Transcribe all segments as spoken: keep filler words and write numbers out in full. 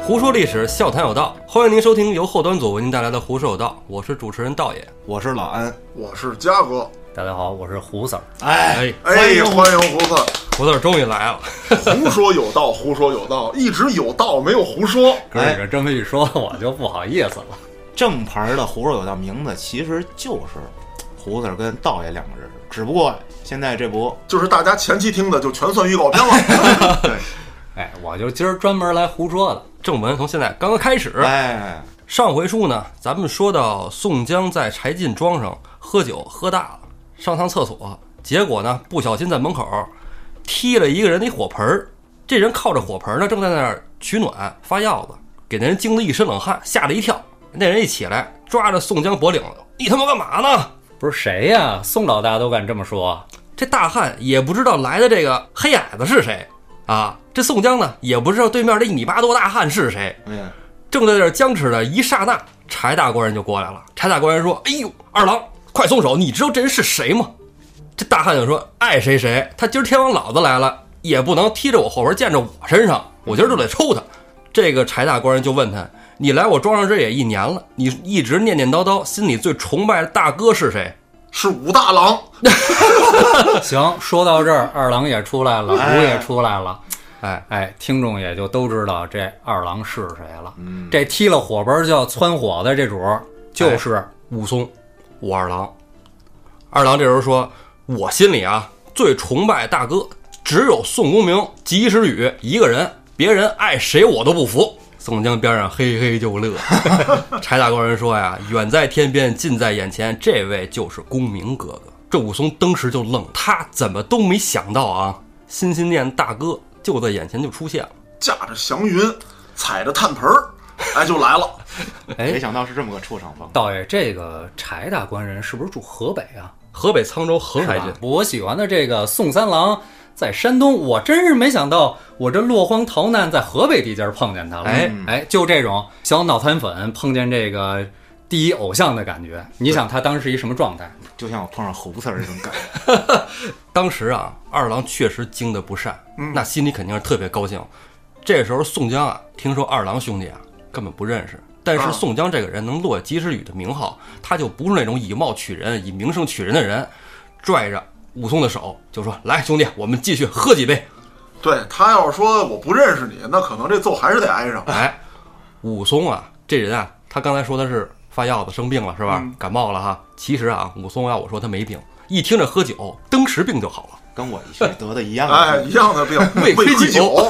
胡说历史，笑谈有道，欢迎您收听由后端组为您带来的胡说有道，我是主持人道爷， 我是老安， 我是嘉哥， 大家好，我是胡 Sir。 哎哎，欢迎胡 Sir， 胡 Sir 终于来了。 胡说有道，胡说有道，一直有道没有胡说。 哥几个这么一说，我就不好意思了。 正牌的胡说有道名字其实就是胡 Sir 跟道爷两个人，只不过现在这不就是大家前期听的就全算预告片了。对， 哎，我就今儿专门来胡说的。 正文从现在刚刚开始。 哎， 上回书呢，咱们说到宋江在柴进庄上喝酒喝大了，上趟厕所，结果呢不小心在门口踢了一个人的火盆，这人靠着火盆呢正在那儿取暖发药子，给那人惊得一身冷汗，吓了一跳。那人一起来抓着宋江脖领子，你他妈干嘛呢？ 不是谁呀？宋老大都敢这么说。 这大汉也不知道来的这个黑矮子是谁啊，这宋江呢也不知道对面这一米八多大汉是谁。 嗯， 正在这僵持的一刹那，柴大官人就过来了。柴大官人说：“哎呦，二郎，快松手！你知道这人是谁吗？”这大汉就说：“爱谁谁，他今儿天王老子来了，也不能踢着我后边溅着我身上，我今儿就得抽他。”这个柴大官人就问他：“你来我庄上这也一年了，你一直念念叨叨，心里最崇拜的大哥是谁？” 是武大郎。 行，说到这儿，二郎也出来了，武也出来了。 哎哎，听众也就都知道这二郎是谁了。嗯，这踢了火盆就要窜火的这主就是武松，武二郎。二郎这时候说：“我心里啊最崇拜大哥只有宋公明、及时雨一个人，别人爱谁我都不服。”宋江边上嘿嘿就乐。柴大官人说呀：“远在天边，近在眼前，这位就是公明哥哥。”这武松当时就愣，他怎么都没想到啊，心心念大哥就在眼前就出现了， 驾着祥云，踩着炭盆哎就来了。 哎， 没想到是这么个出场方。 道爷，这个柴大官人是不是住河北啊？ 河北沧州横海郡。 我喜欢的这个宋三郎在山东，我真是没想到，我这落荒逃难在河北地界碰见他了。 哎哎，就这种小脑残粉碰见这个第一偶像的感觉。你想他当时一什么状态？ 就像我碰上胡 Sir 这种感觉。 当时啊，二郎确实惊得不善， 嗯、 那心里肯定是特别高兴。这时候宋江啊，听说二郎兄弟啊根本不认识，但是宋江这个人能落及时雨的名号，他就不是那种以貌取人、以名声取人的人，拽着武松的手就说：“来，兄弟，我们继续喝几杯。” 对，他要是说我不认识你，那可能这揍还是得挨上。 哎，武松啊，这人啊，他刚才说的是发药子生病了是吧？ 嗯、 感冒了哈。其实啊，武松要我说他没病，一听着喝酒，登时病就好了， 跟我一得的一样的。 哎，一样的病， 胃亏酒。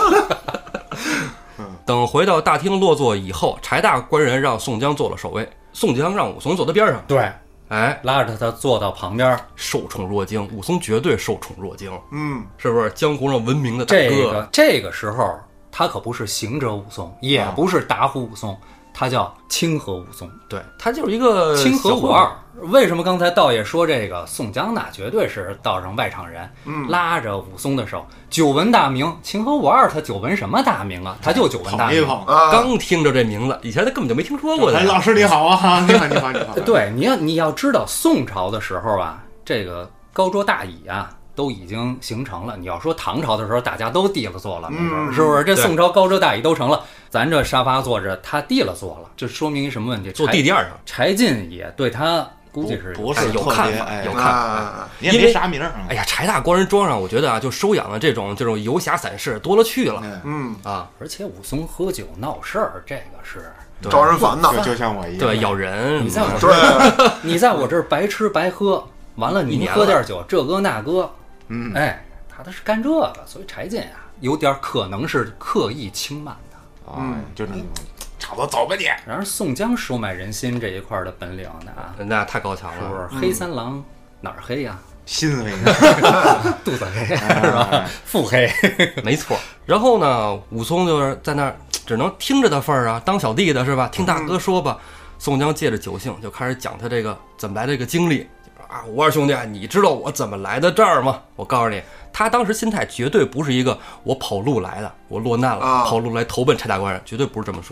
等回到大厅落座以后，柴大官人让宋江做了守卫，宋江让武松坐在边上。 对。 哎， 拉着他坐到旁边， 受宠若惊。武松绝对受宠若惊， 嗯， 是不是江湖上闻名的大哥？ 这个这个时候，他可不是行者武松，也不是打虎武松，他叫清河武松。 对，他就是一个清河武二。为什么刚才道爷说这个宋江那绝对是道上外场人， 嗯、 拉着武松的手，久闻大名。清河武二他久闻什么大名啊？他就久闻大名。 啊、 刚听着这名字，以前他根本就没听说过的。 哎，老师你好啊，你好你好你好。 对，你要你要知道，宋朝的时候啊，这个高桌大椅啊都已经形成了。你要说唐朝的时候，大家都地了坐了， 嗯、 是不是？这宋朝高桌大椅都成了，咱这沙发坐着，他地了坐了，这说明一什么问题？ 坐地垫上。 柴进也对他。估计是不是有看法， 哎、 有看法。 你也没啥名。 哎呀，柴大官人庄上，我觉得啊，就收养的这种这种游侠散士多了去了。 嗯啊， 而且武松喝酒闹事儿，这个是招人烦的， 就像我一样。 对，咬人。 你在我这儿，你在我这儿白吃白喝，完了你喝点酒，这个那个， 嗯， 哎，他他是干这个，所以柴进啊，有点可能是刻意轻慢的。 嗯，就那种。差不多走吧你。 然而宋江收买人心这一块的本领呢啊， 那太高强了， 是不是？黑三郎、嗯、哪儿黑呀、啊？ 心黑， 肚子黑是吧？腹黑， 没错。然后呢，武松就是在那儿只能听着他份儿啊，当小弟的是吧？听大哥说吧。嗯、宋江借着酒兴就开始讲他这个怎么来这个经历啊，武二兄弟，你知道我怎么来的这儿吗？我告诉你。他当时心态绝对不是一个我跑路来的，我落难了， 啊、 跑路来投奔柴大官人，绝对不是这么说的。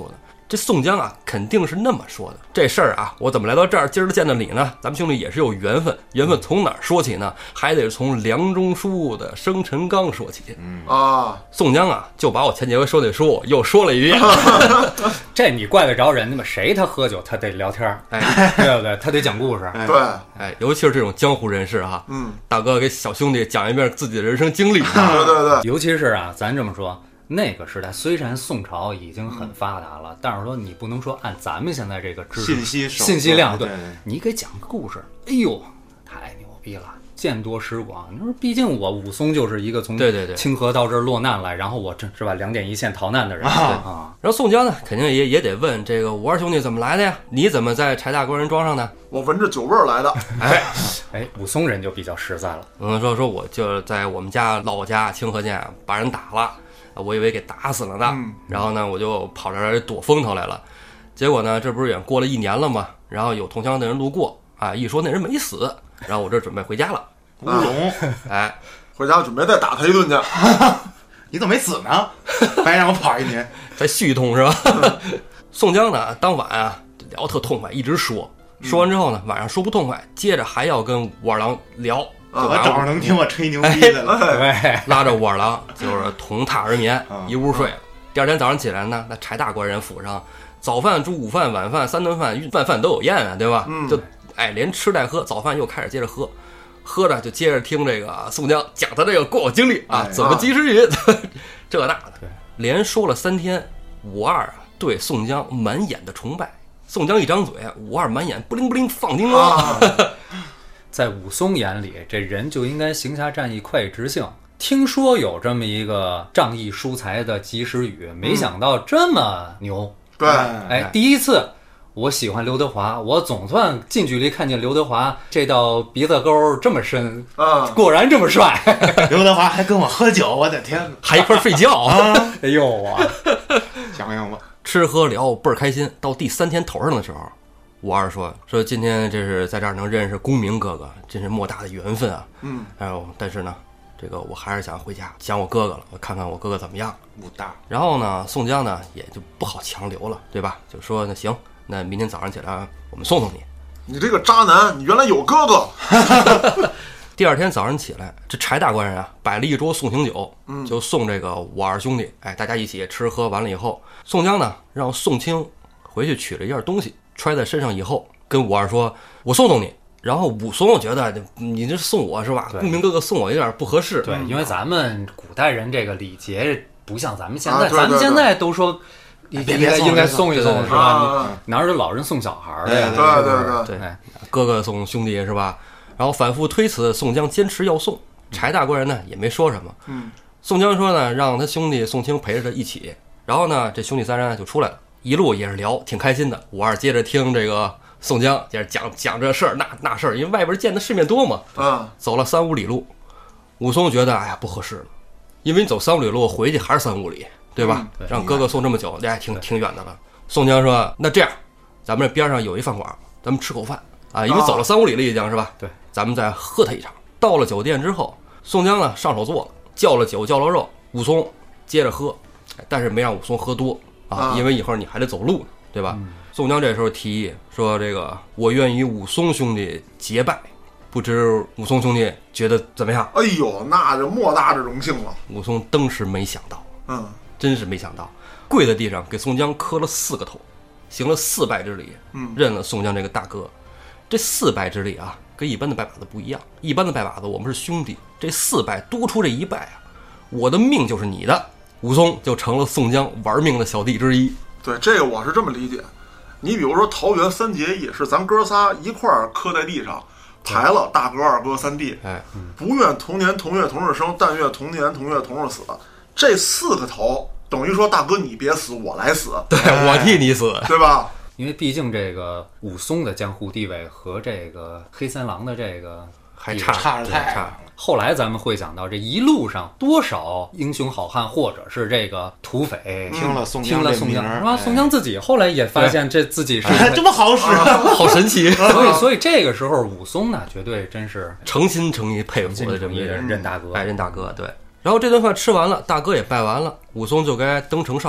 这宋江啊，肯定是那么说的。这事儿啊，我怎么来到这儿，今儿见到你呢？咱们兄弟也是有缘分，缘分从哪儿说起呢？还得从梁中书的生辰纲说起。 嗯啊， 宋江啊，就把我前几回说那书又说了一遍。 这你怪得着人家吗？谁他喝酒他得聊天，哎，对不对？他得讲故事。 对， 哎，尤其是这种江湖人士哈， 嗯， 大哥给小兄弟讲一遍自己的人生经历。 对对对， 尤其是啊，咱这么说。那个时代虽然宋朝已经很发达了，但是说你不能说按咱们现在这个知识信息信息量， 对， 你给讲个故事，哎呦，太牛逼了，见多识广。你说，毕竟我武松就是一个从对对对清河到这儿落难来，然后我这是吧两点一线逃难的人啊。啊然后宋江呢，肯定也也得问这个五二兄弟怎么来的呀？你怎么在柴大官人庄上的？ 我闻着酒味儿来的。 哎哎，武松人就比较实在了， 嗯，说说我就在我们家老家清河县把人打了。我以为给打死了呢， 嗯、 然后呢，我就跑这儿躲风头来了。结果呢，这不是也过了一年了吗？然后有同乡的人路过，啊，一说那人没死，然后我这准备回家了。 乌龙， 哎， 回家准备再打他一顿去。 你怎么没死呢？白让我跑一年， 再续一通是吧？宋江呢，当晚啊聊特痛快，一直说，说完之后呢，晚上说不痛快，接着还要跟武二郎聊。 我早上能听我吹牛逼的了， 对， 拉着武二郎就是同榻而眠，一屋睡了。第二天早上起来呢，那柴大官人府上早饭、中午饭、晚饭三顿饭，饭饭都有宴啊，对吧？ 嗯， 就哎连吃带喝，早饭又开始接着喝，喝着就接着听这个宋江讲他这个过往经历啊，怎么及时雨，这那的，连说了三天。武二啊对宋江满眼的崇拜，宋江一张嘴，武二满眼不灵不灵放叮当。啊在武松眼里，这人就应该行侠仗义、快意直性。听说有这么一个仗义疏财的及时雨，没想到这么牛。 对， 哎，第一次我喜欢刘德华，我总算近距离看见刘德华这道鼻子沟这么深， 啊， 果然这么帅。 刘德华还跟我喝酒，我的天哪， 还一块睡觉啊！ 哎呦啊， 想想吧， 吃喝聊倍儿开心。到第三天头上的时候。武二说说今天这是在这儿能认识公明哥哥，真是莫大的缘分啊！ 嗯， 哎呦，但是呢，这个我还是想回家，想我哥哥了，我看看我哥哥怎么样。 武大， 然后呢，宋江呢也就不好强留了，对吧？就说那行，那明天早上起来我们送送你。 你这个渣男，你原来有哥哥。 第二天早上起来，这柴大官人啊摆了一桌送行酒， 嗯， 就送这个武二兄弟，哎，大家一起吃喝完了以后，宋江呢让宋清回去取了一件东西。揣在身上以后，跟武二说：“我送送你。”然后武松觉得你这送我是吧？公明哥哥送我有点不合适。 对，因为咱们古代人这个礼节不像咱们现在， 啊、对对对咱们现在都说应该应该送一送是吧？ 啊、 哪有老人送小孩的呀？ 对对对对，哥哥送兄弟是吧？然后反复推辞，宋江坚持要送。柴大官人呢也没说什么。 嗯， 宋江说呢，让他兄弟宋清陪着他一起。然后呢，这兄弟三人就出来了。一路也是聊，挺开心的。武二接着听这个宋江接着讲讲这事儿那那事儿，因为外边见的世面多嘛。 嗯， 走了三五里路，武松觉得哎呀不合适了，因为你走三五里路回去还是三五里，对吧？ 嗯、对让哥哥送这么久，哎，挺挺远的了。宋江说：“那这样，咱们这边上有一饭馆，咱们吃口饭啊，因为走了三五里了已经是吧？ 对， 咱们再喝他一场。”到了酒店之后，宋江呢上手做了，叫了酒叫了肉，武松接着喝，但是没让武松喝多。啊，因为一会儿你还得走路呢，对吧？嗯、宋江这时候提议说：“这个我愿与武松兄弟结拜，不知武松兄弟觉得怎么样？” 哎呦，那就莫大的荣幸了。 武松当时没想到， 嗯， 真是没想到，跪在地上给宋江磕了四个头，行了四拜之礼， 嗯， 认了宋江这个大哥。这四拜之礼啊，跟一般的拜把子不一样。一般的拜把子我们是兄弟，这四拜多出这一拜啊，我的命就是你的。武松就成了宋江玩命的小弟之一。 对，这个我是这么理解。你比如说桃园三结义，是咱哥仨一块儿磕在地上，抬了大哥、二哥、三弟， 哎， 不愿同年同月同日生，但愿同年同月同日死。这四个头等于说，大哥你别死，我来死， 对、哎、我替你死， 对吧？ 因为毕竟这个武松的江湖地位和这个黑三郎的这个还差差着太差。 后来咱们会想到，这一路上多少英雄好汉，或者是这个土匪， 听了宋江，听了宋江，是吧？ 哎、 宋江自己后来也发现这自己是哎、这么好使， 好神奇。 所以，所以这个时候武松呢，绝对真是诚心诚意佩服的这么一个人， 任大哥， 哎，任大哥，对。然后这顿饭吃完了，大哥也拜完了，武松就该登城上路了。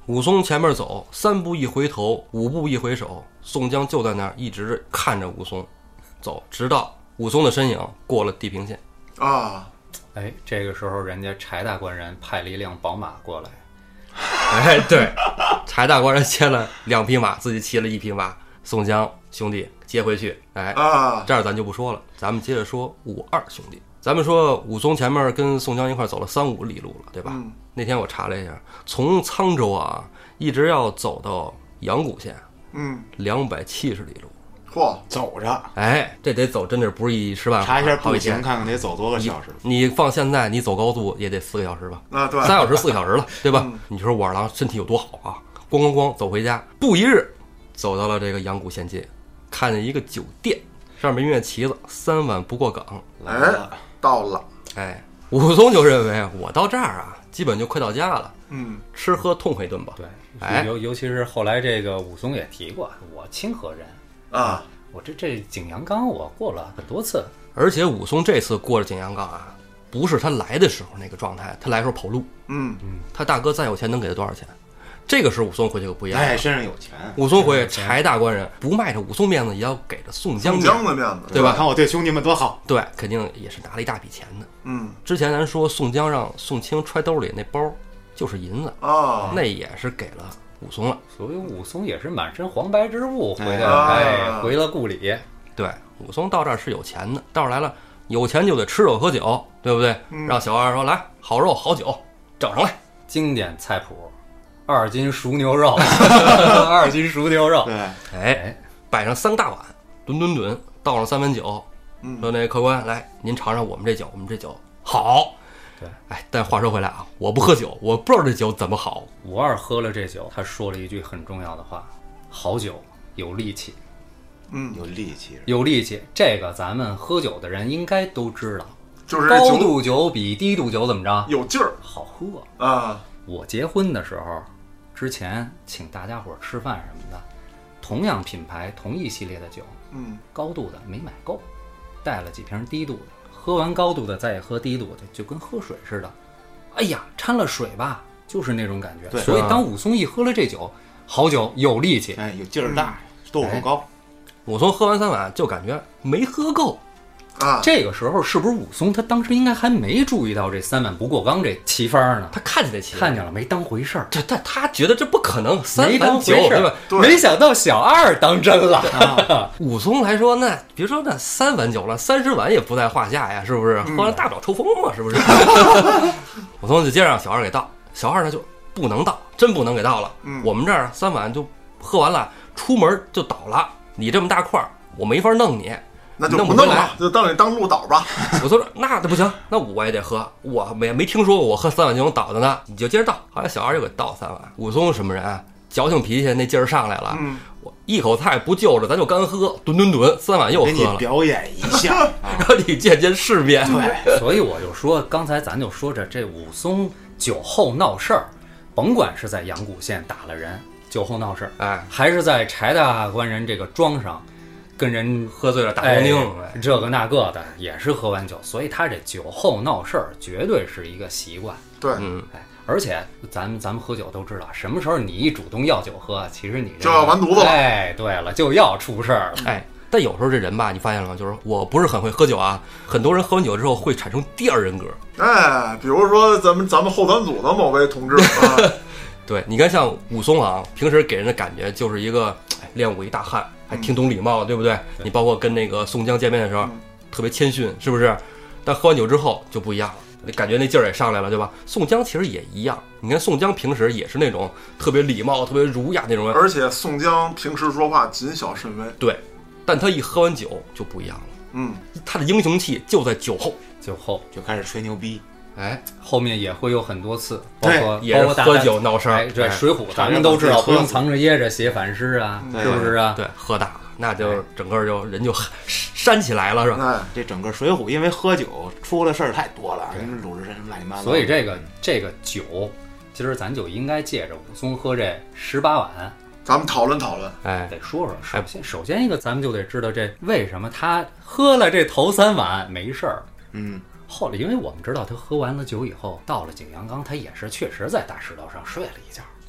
武松前面走，三步一回头，五步一回首，宋江就在那儿一直看着武松走，直到武松的身影过了地平线。 啊， 哎，这个时候人家柴大官人派了一辆宝马过来， 哎，对，柴大官人牵了两匹马，自己骑了一匹马，宋江兄弟接回去。哎， 啊， 这儿咱就不说了，咱们接着说武二兄弟。咱们说武松前面跟宋江一块走了三五里路了，对吧？ 嗯， 那天我查了一下，从沧州啊一直要走到阳谷县， 嗯， 两百七十里路。 嚯， 走着哎，这得走，真的不是一时半会儿。 查一下步行， 好几天。 看看得走多个小时。 你放现在，你走高速也得四个小时吧？ 啊，对， 三小时、四个小时了，对吧？ 嗯你说武二郎身体有多好啊？咣咣咣走回家，不一日走到了这个阳谷县界，看见一个酒店，上面印着旗子，三碗不过岗。 来了， 到了， 哎，武松就认为我到这儿啊，基本就快到家了， 嗯， 吃喝痛快一顿吧。 对， 哎尤尤其是后来这个武松也提过，我清河人， 啊， 我这这景阳冈我过了很多次， 而且武松这次过了景阳冈啊，不是他来的时候那个状态，他来的时候跑路。 嗯， 他大哥再有钱能给他多少钱？这个时候武松回去可不一样了。 哎，身上有钱， 武松回去，柴大官人不卖着武松面子，也要给着宋江宋面子， 江的面子， 对吧？ 看我对兄弟们多好。 对，肯定也是拿了一大笔钱的。 嗯， 之前咱说宋江让宋清揣兜里那包就是银子， 啊， 那也是给了武松了。 所以武松也是满身黄白之物回来， 哎哎，回了故里。 对，武松到这儿是有钱的，到这儿来了，有钱就得吃肉喝酒，对不对？ 嗯让小二说来，好肉好酒整上来。 经典菜谱，二斤熟牛肉，二斤熟牛肉。 对， 哎，摆上三个大碗，吨吨吨，倒上三碗酒， 嗯说那客官来，您尝尝我们这酒，我们这酒好。 对， 哎，但话说回来啊，我不喝酒，我不知道这酒怎么好。 武二喝了这酒，他说了一句很重要的话：好酒有力气， 嗯， 有力气。 有力气。这个咱们喝酒的人应该都知道， 就是这酒高度酒比低度酒怎么着有劲儿好喝。 啊， 我结婚的时候，之前请大家伙儿吃饭什么的，同样品牌、同一系列的酒， 嗯， 高度的没买够，带了几瓶低度的，喝完高度的再喝低度的，就跟喝水似的。哎呀，掺了水吧，就是那种感觉。 对所以当武松一喝了这酒，好酒有力气， 哎，有劲儿大，豆腐高。 武松喝完三碗就感觉没喝够， 啊， 这个时候是不是武松他当时应该还没注意到这三碗不过冈这齐方呢？ 他看见那旗子， 看见了没当回事儿， 这他他觉得这不可能，三没当碗酒回事儿对吧？ 对没想到小二当真了。 武松来说，那别说那三碗酒了，三十碗也不在话下呀，是不是？喝完大不了抽风嘛，是不是？武松就接着让小二给倒，小二呢就不能倒，真不能给倒了。 嗯我们这儿三碗就喝完了，出门就倒了。你这么大块儿，我没法弄你。 那就弄不回来不弄了，就当你当鹿岛吧。 我说那这不行，那我也得喝，我没没听说过我喝三碗就能倒的呢，你就接着倒。后来小二又给倒三碗。武松什么人啊？矫情脾气，那劲儿上来了。 嗯， 我一口菜不就着，咱就干喝，吨吨吨，三碗又给你喝了， 表演一下。啊让你见见世面。 对， 所以我就说，刚才咱就说着这武松酒后闹事儿，甭管是在阳谷县打了人，酒后闹事儿， 哎， 还是在柴大官人这个庄上跟人喝醉了打黄丁， 哎这个那个的，也是喝完酒，所以他这酒后闹事儿绝对是一个习惯。 对， 嗯， 哎，而且咱们咱们喝酒都知道，什么时候你一主动要酒喝，其实你这就要完犊子了哎，对了，就要出事儿了。 哎，但有时候这人吧，你发现了吗？就是我不是很会喝酒啊，很多人喝完酒之后会产生第二人格。 哎，比如说咱们咱们后团组的某位同志啊， 对，你看像武松啊，平时给人的感觉就是一个哎练武一大汉，还挺懂礼貌，对不对？你包括跟那个宋江见面的时候， 嗯特别谦逊，是不是？但喝完酒之后就不一样了。你感觉那劲儿也上来了，对吧？宋江其实也一样，你看宋江平时也是那种特别礼貌、特别儒雅那种人， 而且宋江平时说话谨小慎微。 对。但他一喝完酒就不一样了， 嗯， 他的英雄气就在酒后。 酒后就开始吹牛逼。 哎， 后面也会有很多次，包对括也是喝包括大家酒闹事儿。 哎，对， 哎 《水浒》咱们都知道，不用藏着掖着写反诗啊，是不是啊？ 对，喝大了，那就整个就人就煽起来了，是吧？ 哎， 这整个《水浒》因为喝酒出了事儿太多了，人鲁智深乱七八糟。 所以这个这个酒，今儿咱就应该借着武松喝这十八碗， 咱们讨论讨论。 哎， 得说说。首先，首先一个，咱们就得知道这为什么他喝了这头三碗没事儿。 嗯， 后来，因为我们知道他喝完了酒以后，到了景阳冈，他也是确实在大石头上睡了一觉。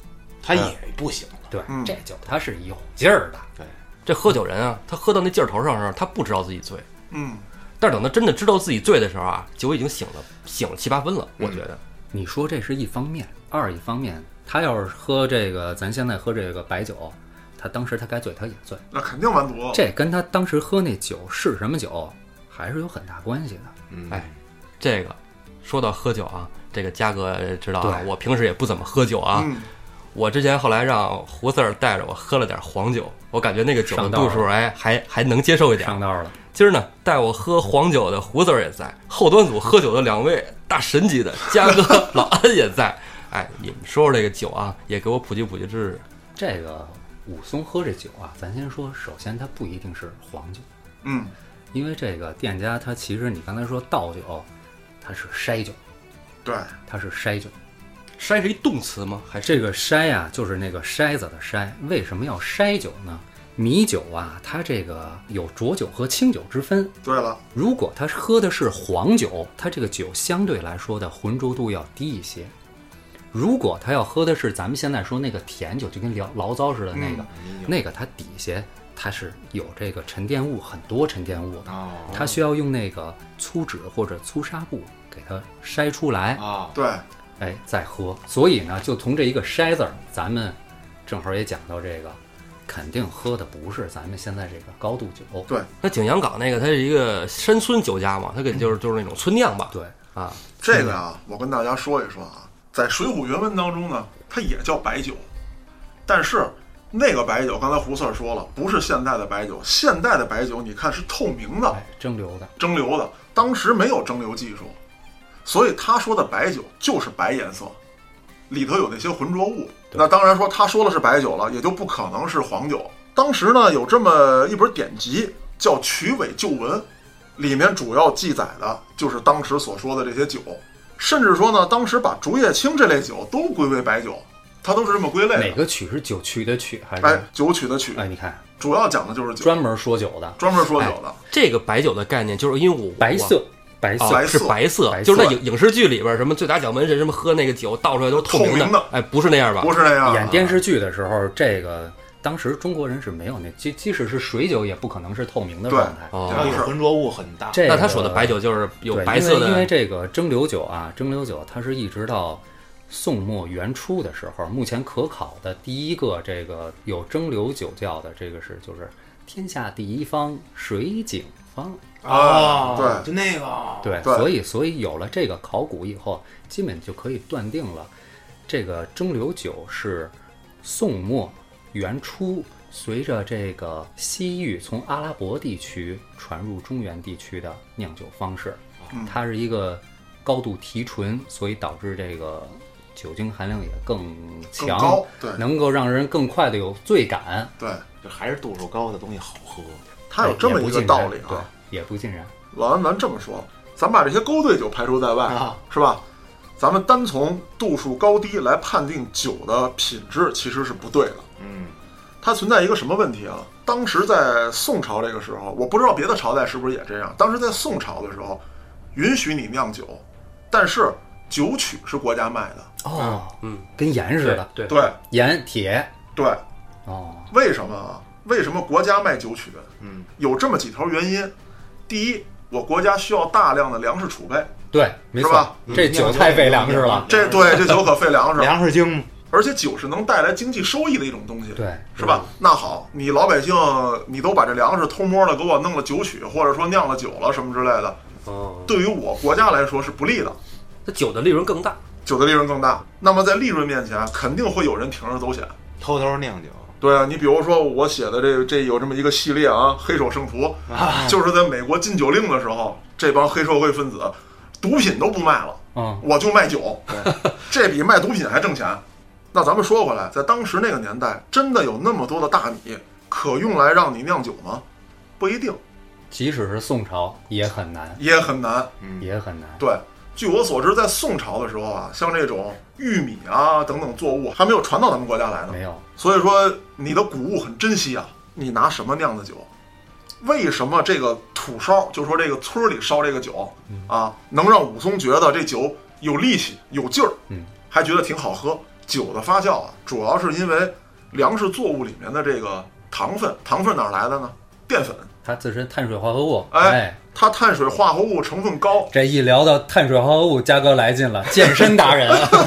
他也不行。 对， 嗯这酒它是有劲儿的。 对， 这喝酒人啊，他喝到那劲儿头上的时候，他不知道自己醉， 嗯， 但是等他真的知道自己醉的时候啊，酒已经醒了，醒了七八分了。我觉得， 你说这是一方面，二一方面，他要是喝这个，咱现在喝这个白酒，他当时他该醉他也醉， 那肯定完犊子。 这跟他当时喝那酒是什么酒，还是有很大关系的。 嗯， 哎，这个说到喝酒啊，这个嘉哥知道啊， 对我平时也不怎么喝酒啊。 嗯， 我之前后来让胡四儿带着我喝了点黄酒，我感觉那个酒的度数哎还还能接受一点。 上道了。 今儿呢，带我喝黄酒的胡四儿也在，后端组喝酒的两位大神级的嘉哥、老安也在。哎，你们说说这个酒啊，也给我普及普及知识。 这个武松喝这酒啊，咱先说，首先它不一定是黄酒， 嗯， 因为这个店家它其实你刚才说倒酒，它是筛酒， 对， 它是筛酒。 筛是一动词吗？还是这个筛啊，就是那个筛子的筛。为什么要筛酒呢？米酒啊，它这个有浊酒和清酒之分。 对了， 如果他喝的是黄酒，它这个酒相对来说的浑浊度要低一些。如果他要喝的是咱们现在说那个甜酒，就跟醪醪糟似的那个， 嗯那个它底下它是有这个沉淀物，很多沉淀物的， 哦， 它需要用那个粗纸或者粗纱布给它筛出来， 啊， 对， 哎，再喝。所以呢，就从这一个筛字儿，咱们正好也讲到这个，肯定喝的不是咱们现在这个高度酒。 对， 那景阳冈那个，它是一个山村酒家嘛，它肯定就是就是那种村酿吧？ 对， 啊， 这个啊，我跟大家说一说啊，在《水浒》原文当中呢，它也叫白酒，但是那个白酒，刚才胡四儿说了，不是现代的白酒。现代的白酒，你看是透明的、 哎，蒸馏的。 蒸馏的，当时没有蒸馏技术，所以他说的白酒就是白颜色，里头有那些浑浊物。那当然说他说的是白酒了，也就不可能是黄酒。当时呢，有这么一本典籍叫《曲尾旧文》，里面主要记载的就是当时所说的这些酒，甚至说呢，当时把竹叶青这类酒都归为白酒，它都是这么归类的。 哪个曲是酒曲的曲还是？ 哎，酒曲的曲， 哎，你看， 主要讲的就是酒， 专门说酒的， 专门说酒的。 这个白酒的概念，就是因为我白色，白色、 哦、 白色是白色， 白色就是那影影视剧里边什么最打蒋门神什么喝那个酒倒出来都是透明的， 透明的哎，不是那样吧？ 不是那样。 演电视剧的时候，这个当时中国人是没有那，即即使是水酒，也不可能是透明的状态。 哦然后有浑浊物很大。 这个、 那他说的白酒就是有对白色的， 因为，因为这个蒸馏酒啊，蒸馏酒它是一直到宋末元初的时候，目前可考的第一个这个有蒸馏酒窖的，这个是就是天下第一方水井坊。 啊，对， 就那个， 对， 对所以所以有了这个考古以后，基本就可以断定了，这个蒸馏酒是宋末元初随着这个西域从阿拉伯地区传入中原地区的酿酒方式。 嗯它是一个高度提纯，所以导致这个酒精含量也更更强， 高对能够让人更快的有醉感。 对， 就还是度数高的东西好喝。 它有这么一个道理对啊。， 也不尽然。 老安，咱这么说，咱把这些勾兑酒排除在外， 啊是吧？咱们单从度数高低来判定酒的品质，其实是不对的。 嗯， 它存在一个什么问题啊？当时在宋朝这个时候，我不知道别的朝代是不是也这样。当时在宋朝的时候，允许你酿酒，但是酒曲是国家卖的。 哦， 嗯， 跟盐似的， 对， 对盐铁。 对， 哦， 为什么啊？为什么国家卖酒曲？ 嗯， 有这么几条原因。第一，我国家需要大量的粮食储备， 对，没错是吧， 这酒太费粮食了。 这对这酒可费粮食， 粮食精。 而且酒是能带来经济收益的一种东西， 对， 是吧？那好，你老百姓你都把这粮食偷摸的给我弄了酒曲，或者说酿了酒了什么之类的， 哦， 对于我国家来说是不利的， 它酒的利润更大。 酒的利润更大。那么在利润面前，肯定会有人铤而走险。 偷偷酿酒。 对啊，你比如说我写的这这有这么一个系列啊，《黑手圣徒》，就是在美国禁酒令的时候，这帮黑社会分子毒品都不卖了， 嗯， 我就卖酒，这比卖毒品还挣钱。那咱们说回来，在当时那个年代，真的有那么多的大米可用来让你酿酒吗？不一定， 即使是宋朝也很难， 也很难。 也很难。 对，据我所知，在宋朝的时候啊，像这种玉米啊等等作物还没有传到咱们国家来呢。 没有， 所以说你的谷物很珍惜啊，你拿什么酿的酒？为什么这个土烧，就说这个村里烧这个酒啊，能让武松觉得这酒有力气、有劲儿， 嗯， 还觉得挺好喝？ 酒的发酵啊，主要是因为粮食作物里面的这个糖分，糖分哪儿来的呢？淀粉， 它自身碳水化合物， 哎， 哎它碳水化合物成分高。 这一聊到碳水化合物，嘉哥来劲了，健身达人啊！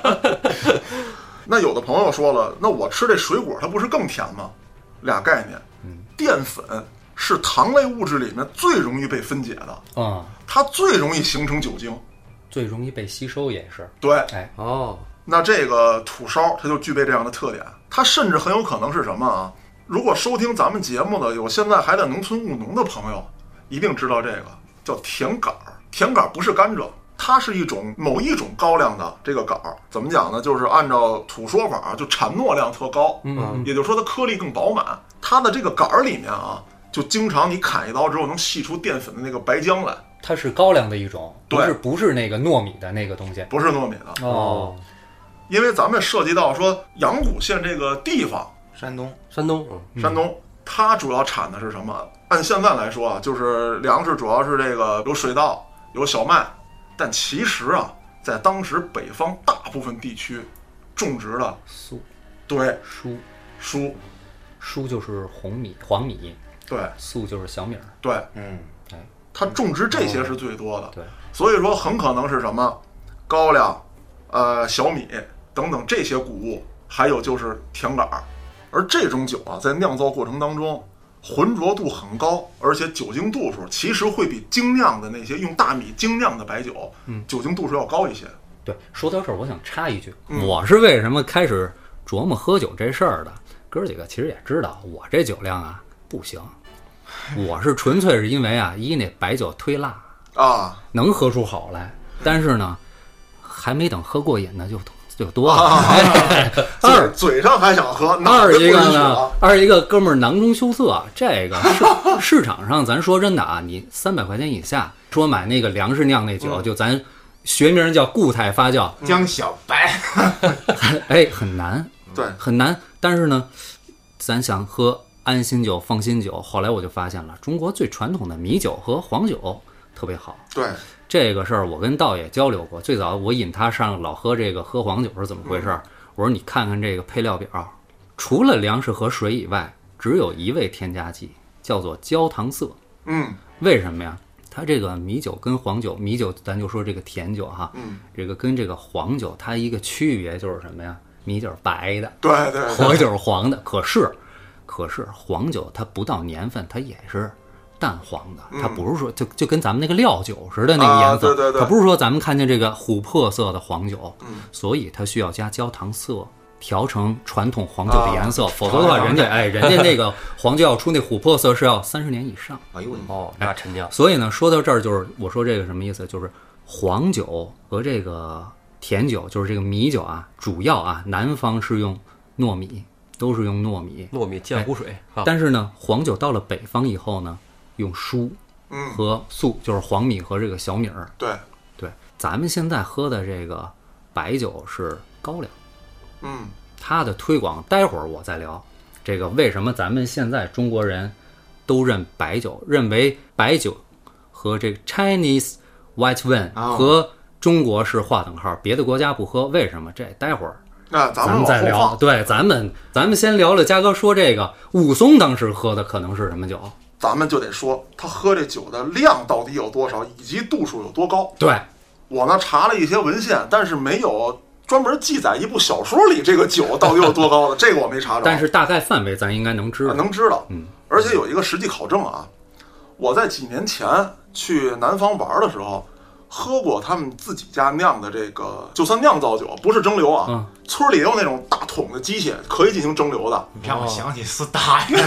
那有的朋友说了，那我吃这水果它不是更甜吗？俩概念，淀粉是糖类物质里面最容易被分解的， 嗯， 它最容易形成酒精， 最容易被吸收也是， 对， 哎， 哦， 那这个土烧它就具备这样的特点，它甚至很有可能是什么啊？如果收听咱们节目的有现在还在农村务农的朋友，一定知道这个叫甜杆儿。甜杆儿不是甘蔗，它是一种某一种高粱的这个杆儿。怎么讲呢？就是按照土说法，就产糯量特高， 嗯， 也就是说它颗粒更饱满。它的这个杆儿里面啊，就经常你砍一刀之后能析出淀粉的那个白浆来。 它是高粱的一种，不对是不是那个糯米的那个东西。 不是糯米的， 哦， 因为咱们涉及到说阳谷县这个地方， 山东， 山东，嗯， 山东，它主要产的是什么？按现在来说啊，就是粮食主要是这个有水稻，有小麦，但其实啊，在当时北方大部分地区种植的粟对黍黍， 黍就是红米黄米， 对粟就是小米儿。 对， 嗯， 哎， 它种植这些是最多的， 对， 所以说很可能是什么高粱、呃小米等等这些谷物，还有就是甜杆儿。而这种酒啊，在酿造过程当中，浑浊度很高，而且酒精度数其实会比精酿的那些用大米精酿的白酒，嗯，酒精度数要高一些。 对，说到这儿，我想插一句， 嗯我是为什么开始琢磨喝酒这事儿的？哥儿几个其实也知道，我这酒量啊不行，我是纯粹是因为啊，一那白酒忒辣， 啊， 能喝出好来，但是呢，还没等喝过瘾呢，就就多了。 啊哎二嘴上还想喝，哪二一个儿就不允许呢了， 二一个哥们儿囊中羞涩，这个市市场上咱说真的啊，你三百块钱以下，说买那个粮食酿那酒， 嗯就咱学名叫固态发酵， 江小白， 哎，很难， 对， 很难。但是呢，咱想喝安心酒、放心酒，后来我就发现了，中国最传统的米酒和黄酒特别好。 对， 这个事儿我跟道爷交流过，最早我引他上老喝这个喝黄酒是怎么回事？我说你看看这个配料表，除了粮食和水以外，只有一味添加剂，叫做焦糖色。 嗯为什么呀？它这个米酒跟黄酒，米酒咱就说这个甜酒哈， 嗯， 这个跟这个黄酒它一个区别就是什么呀？米酒是白的， 对对对， 黄酒是黄的。可是，可是黄酒它不到年份，它也是淡黄的，它不是说就就跟咱们那个料酒似的那个颜色， 啊对对对嗯它不是说咱们看见这个琥珀色的黄酒，所以它需要加焦糖色。调成传统黄酒的颜色， 啊否则的话，人家哎，人家那个黄酒要出那琥珀色是要三十年以上。 哎呦我的妈！ 哦，那陈酿， 所以呢，说到这儿就是我说这个什么意思？就是黄酒和这个甜酒，就是这个米酒啊，主要啊，南方是用糯米，都是用糯米。 糯米酱湖水啊， 但是呢，黄酒到了北方以后呢，用黍嗯， 和粟，就是黄米和这个小米儿。 对， 对，咱们现在喝的这个白酒是高粱。 嗯它的推广，待会儿我再聊。这个为什么咱们现在中国人都认白酒，认为白酒和这个 Chinese white wine 哦和中国是划等号，别的国家不喝，为什么？这待会儿那咱咱们再聊。 往后放， 对，咱们咱们先聊聊嘉哥说这个武松当时喝的可能是什么酒？ 咱们就得说他喝这酒的量到底有多少，以及度数有多高。 对， 我呢查了一些文献，但是没有专门记载一部小说里这个酒到底有多高的，这个我没查着。 但是大概范围咱应该能知道。 啊能知道， 嗯， 而且有一个实际考证啊，我在几年前去南方玩的时候，喝过他们自己家酿的这个，就算酿造酒，不是蒸馏啊， 嗯村里也有那种大桶的机器可以进行蒸馏的。 你让我想起四大爷，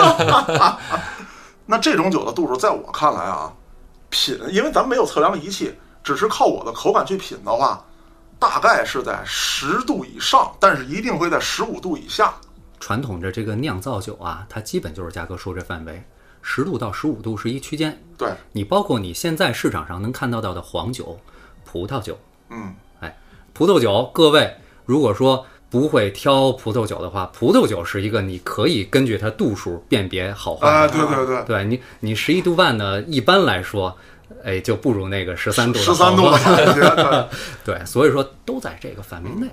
那这种酒的度数，在我看来啊，品，因为咱没有测量仪器，只是靠我的口感去品的话，大概是在十度以上，但是一定会在十五度以下。 传统的这个酿造酒啊，它基本就是嘉哥说这范围，十度到十五度是一区间。 对， 你包括你现在市场上能看到到的黄酒、葡萄酒， 嗯， 哎，葡萄酒，各位如果说不会挑葡萄酒的话，葡萄酒是一个你可以根据它度数辨别好坏的。 啊、对对对， 对你，你十一度半呢，一般来说，哎，就不如那个十三度的十三度的好喝感觉，对。 对，所以说都在这个范围内。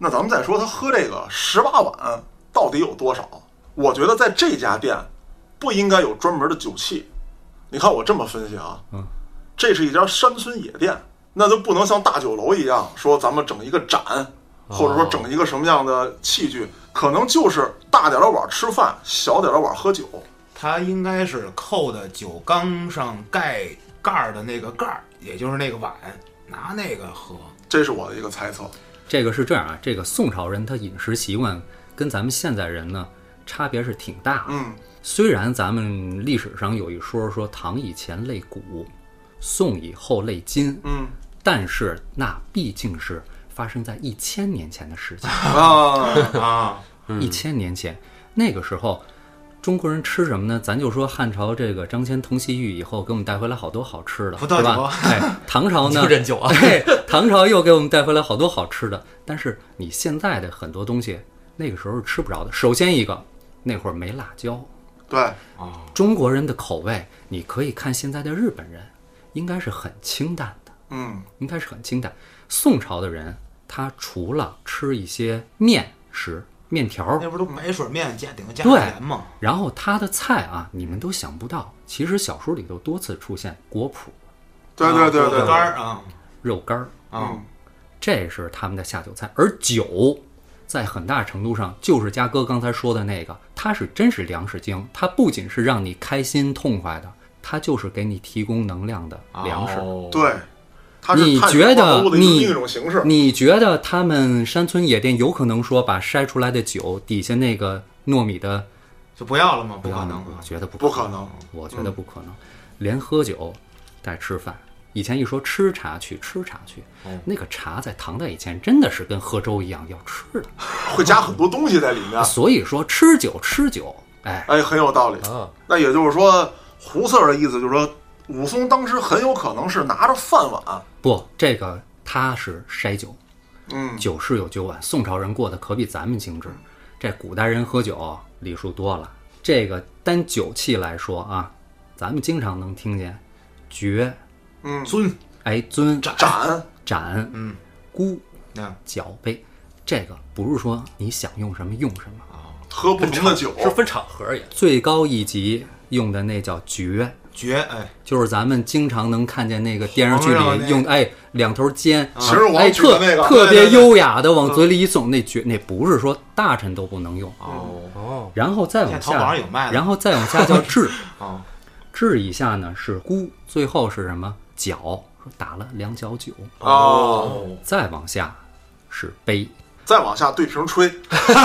那咱们再说他喝这个十八碗到底有多少？我觉得在这家店不应该有专门的酒器。你看我这么分析啊， 嗯， 这是一家山村野店，那就不能像大酒楼一样说咱们整一个盏，或者说整一个什么样的器具，可能就是大点的碗吃饭，小点的碗喝酒。 它应该是扣的酒缸上盖盖儿的那个盖儿，也就是那个碗，拿那个喝。 这是我的一个猜测。 这个是这样啊，这个宋朝人他饮食习惯跟咱们现在人呢差别是挺大的。 嗯， 虽然咱们历史上有一说说唐以前类古，宋以后类金， 嗯， 但是那毕竟是发生在一千年前的事情啊啊， 一千年前那个时候。中国人吃什么呢？咱就说汉朝这个张骞通西域以后，给我们带回来好多好吃的， 葡萄酒是吧？哎，唐朝呢？ 就认酒啊！ 哎，唐朝又给我们带回来好多好吃的。但是你现在的很多东西，那个时候是吃不着的。首先一个，那会儿没辣椒。 对啊， 中国人的口味，你可以看现在的日本人，应该是很清淡的， 嗯， 应该是很清淡。宋朝的人，他除了吃一些面食。面条那不都白水面加顶加对盐吗？ 然后他的菜啊，你们都想不到，其实小说里头多次出现果脯， 对对对对肉干儿啊肉干儿啊， 这是他们的下酒菜。而酒在很大程度上就是嘉哥刚才说的那个，它是真是粮食精，它不仅是让你开心痛快的，它就是给你提供能量的粮食。 哦对。它是你碳水觉得化合物的你另一种形式？ 你觉得他们山村野店有可能说把筛出来的酒底下那个糯米的就不要了吗？不不要可能， 我觉得不不可能， 我觉得不可能。连喝酒带吃饭，以前一说吃茶去吃茶去， 嗯那个茶在唐代以前真的是跟喝粥一样要吃的， 会加很多东西在里面。 所以说吃酒吃酒，哎， 哎，很有道理。 啊， 那也就是说，胡四儿的意思就是说，武松当时很有可能是拿着饭碗。 不，这个他是筛酒， 嗯， 酒是有酒碗，宋朝人过得可比咱们精致。这古代人喝酒礼数多了，这个单酒器来说啊，咱们经常能听见爵、 嗯， 尊哎尊、 盏， 盏、 嗯孤、 那脚杯，这个不是说你想用什么用什么， 喝不同的酒是分场合也。 最高一级用的那叫爵。 绝哎， 就是咱们经常能看见那个电视剧皇上那里用哎两头尖， 秦始皇哎特举的那个特别对对对优雅的往嘴里一送，那绝那不是说大臣都不能用。 哦哦， 然后再往现在淘宝上下有卖，的然后再往下叫治， 啊， 治以下呢是孤，最后是什么脚，说打了两脚酒， 哦， 再往下是杯， 再往下对瓶吹。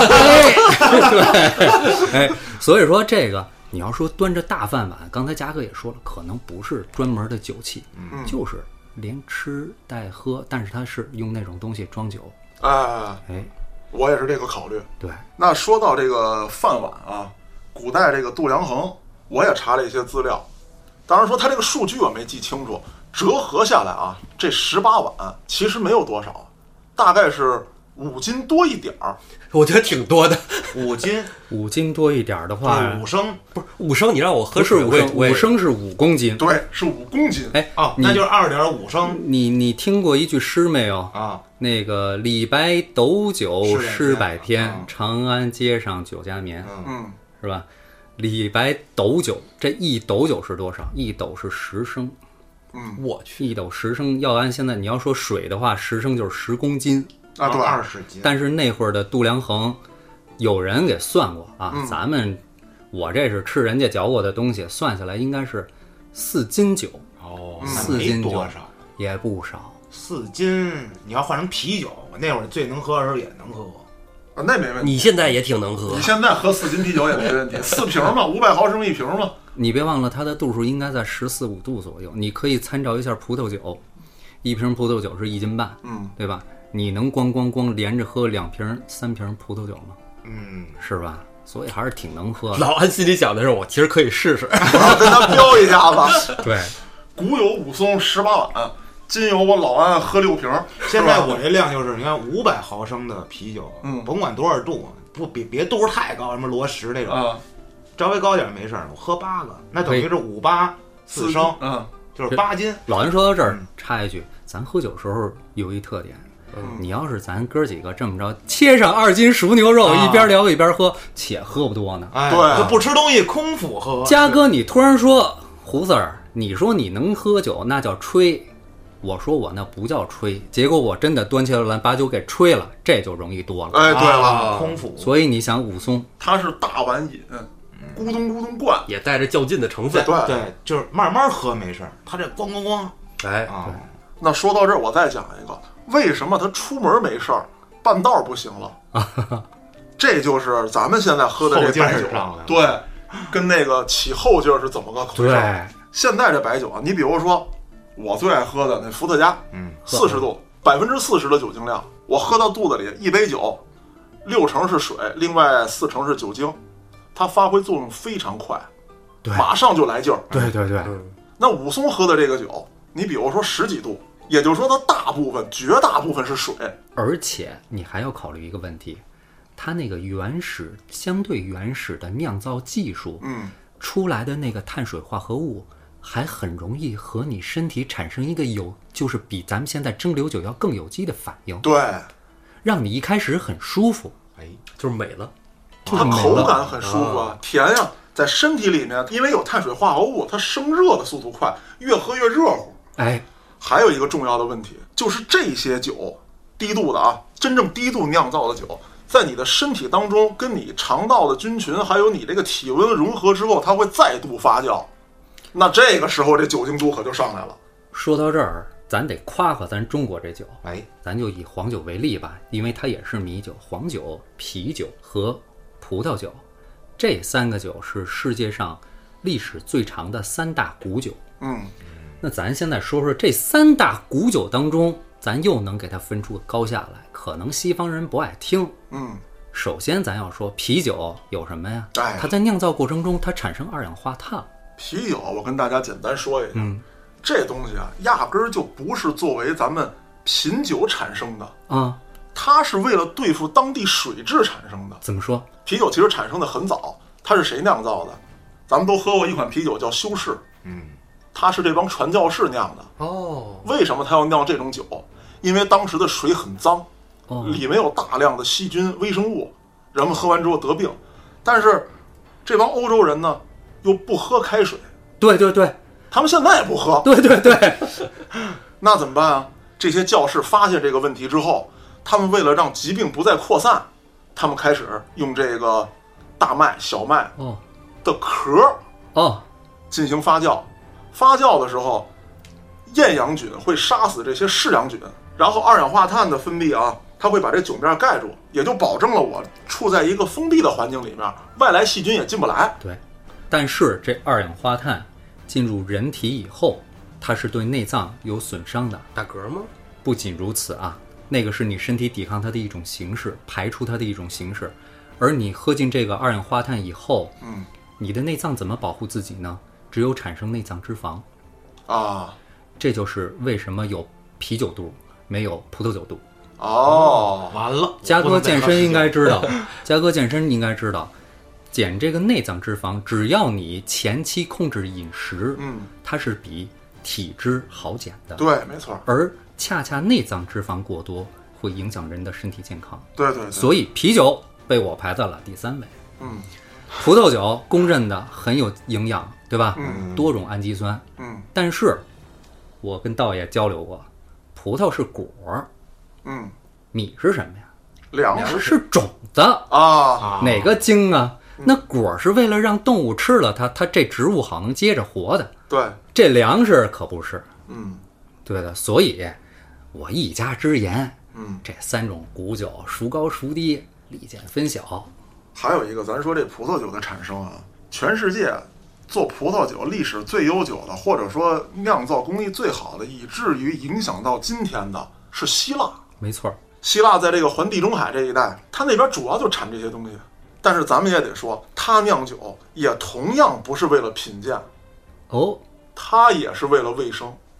对，哎，所以说这个。你要说端着大饭碗，刚才嘉哥也说了，可能不是专门的酒器， 嗯就是连吃带喝，但是它是用那种东西装酒。 哎， 哎， 我也是这个考虑。 对， 那说到这个饭碗啊，古代这个度量衡，我也查了一些资料。当然说它这个数据我没记清楚，折合下来啊，这十八碗其实没有多少，大概是五斤多一点儿。 我觉得挺多的。 五斤五斤多一点的话， 对五升不是五升，你让我喝不是水， 五升， 我也我也五升是五公斤。 对，是五公斤。 哎， 哦， 你那就是二点五升你你听过一句诗没有？ 啊， 那个李白斗酒诗百篇， 嗯长安街上酒家眠， 嗯， 嗯， 是吧？李白斗酒，这一斗酒是多少？一斗是十升， 我去， 一斗十升。要按现在你要说水的话，十升就是十公斤。 啊，对， 二十斤， 但是那会儿的度量衡，有人给算过啊， 嗯咱们我这是吃人家嚼过的东西，算下来应该是四斤酒， 哦， 四那没斤酒多少， 也不少。 四斤，你要换成啤酒，我那会儿最能喝的时候也能喝过。 啊，那没问题。 你现在也挺能喝你。现在喝四斤啤酒也没问题，四瓶嘛，五百毫升一瓶嘛。 你别忘了它的度数应该在十四五度左右，你可以参照一下葡萄酒，一瓶葡萄酒是一斤半， 嗯， 对吧？你能咣咣咣连着喝两瓶、三瓶葡萄酒吗？ 嗯， 是吧？所以还是挺能喝的。 老安心里想的是，我其实可以试试。 我要跟他飙一下子。 对， 古有武松十八碗，今有我老安喝六瓶。 现在我这量就是，你看五百毫升的啤酒， 嗯甭管多少度，不别别度数太高，什么罗十那种， 啊， 稍微高点没事儿，我喝八个，那等于是五八四升， 嗯， 就是八斤。 老安说到这儿嗯， 插一句，咱喝酒时候有一特点， 你要是咱哥几个这么着切上二斤熟牛肉， 啊一边聊一边喝，且喝不多呢。 哎， 对就不吃东西，空腹喝。 嘉哥，你突然说胡四儿，你说你能喝酒，那叫吹。我说我那不叫吹，结果我真的端起了来把酒给吹了，这就容易多了。 哎，对了， 啊空腹。 所以你想武松， 它是大碗饮，咕咚咕咚灌。 也带着较劲的成分。 对对，就是慢慢喝没事儿，他这咣咣咣哎， 啊， 那说到这儿，我再讲一个，为什么他出门没事儿，半道儿不行了？这就是咱们现在喝的后劲儿这白酒上来了， 对，跟那个起后劲儿是怎么个回事？ 对， 现在这白酒啊，你比如说我最爱喝的那伏特加， 嗯， 四十度，百分之四十的酒精量，我喝到肚子里一杯酒，六成是水，另外四成是酒精，它发挥作用非常快， 对马上就来劲儿。 对对对， 嗯， 那武松喝的这个酒，你比如说十几度，也就是说它大部分、绝大部分是水。 而且你还要考虑一个问题，它那个原始、相对原始的酿造技术， 嗯， 出来的那个碳水化合物，还很容易和你身体产生一个有，就是比咱们现在蒸馏酒要更有机的反应， 对， 让你一开始很舒服， 哎， 就是美了。 它就是美了。 口感很舒服啊，甜呀、在身体里面，因为有碳水化合物，它生热的速度快，越喝越热乎。 哎， 还有一个重要的问题，就是这些酒，低度的啊，真正低度酿造的酒，在你的身体当中跟你肠道的菌群还有你这个体温融合之后，它会再度发酵。那这个时候这酒精度可就上来了。 说到这儿，咱得夸夸咱中国这酒， 哎， 咱就以黄酒为例吧，因为它也是米酒、黄酒、啤酒和葡萄酒，这三个酒是世界上历史最长的三大古酒。 嗯， 那咱现在说说这三大古酒当中，咱又能给它分出个高下来。可能西方人不爱听。 嗯， 首先咱要说啤酒有什么呀？ 哎它在酿造过程中它产生二氧化碳。 啤酒我跟大家简单说一下， 嗯这东西啊，压根儿就不是作为咱们品酒产生的， 啊， 它是为了对付当地水质产生的。 怎么说？ 啤酒其实产生的很早，它是谁酿造的？咱们都喝过一款啤酒叫修士， 嗯， 它是这帮传教士酿的。 哦， 为什么他要酿这种酒？因为当时的水很脏， 哦， 里面有大量的细菌、微生物，人们喝完之后得病。但是这帮欧洲人呢，又不喝开水， 对对对他们现在也不喝， 对对对， 那怎么办啊？这些教士发现这个问题之后，他们为了让疾病不再扩散，他们开始用这个大麦、小麦哦的壳哦， 进行发酵。发酵的时候，厌氧菌会杀死这些嗜氧菌，然后二氧化碳的分泌啊，它会把这酒面盖住，也就保证了我处在一个封闭的环境里面，外来细菌也进不来。 对。但是这二氧化碳进入人体以后，它是对内脏有损伤的。 打嗝吗？ 不仅如此啊，那个是你身体抵抗它的一种形式，排出它的一种形式。而你喝进这个二氧化碳以后， 嗯你的内脏怎么保护自己呢？只有产生内脏脂肪。 啊， 这就是为什么有啤酒肚，没有葡萄酒肚。 哦， 完了， 嘉哥健身应该知道我不能再喝啤酒， 嘉哥健身应该知道，减这个内脏脂肪，只要你前期控制饮食， 嗯， 它是比体脂好减的。 对，没错， 而恰恰内脏脂肪过多会影响人的身体健康， 对对对， 所以啤酒被我排在了第三位。 嗯葡萄酒公认的很有营养，对吧？ 嗯多种氨基酸。 嗯但是，我跟道爷交流过，葡萄是果儿， 嗯， 米是什么呀？ 粮食是种子。 啊， 啊哪个精啊？那果儿是为了让动物吃了它，它这植物好能接着活的。 对， 这粮食可不是， 嗯对的。所以，我一家之言， 嗯， 这三种古酒孰高孰低，利剑分晓。 还有一个，咱说这葡萄酒的产生啊，全世界做葡萄酒历史最悠久的，或者说酿造工艺最好的，以至于影响到今天的是希腊。 没错， 希腊在这个环地中海这一带，它那边主要就产这些东西。但是咱们也得说，它酿酒也同样不是为了品鉴， 哦， 它也是为了卫生。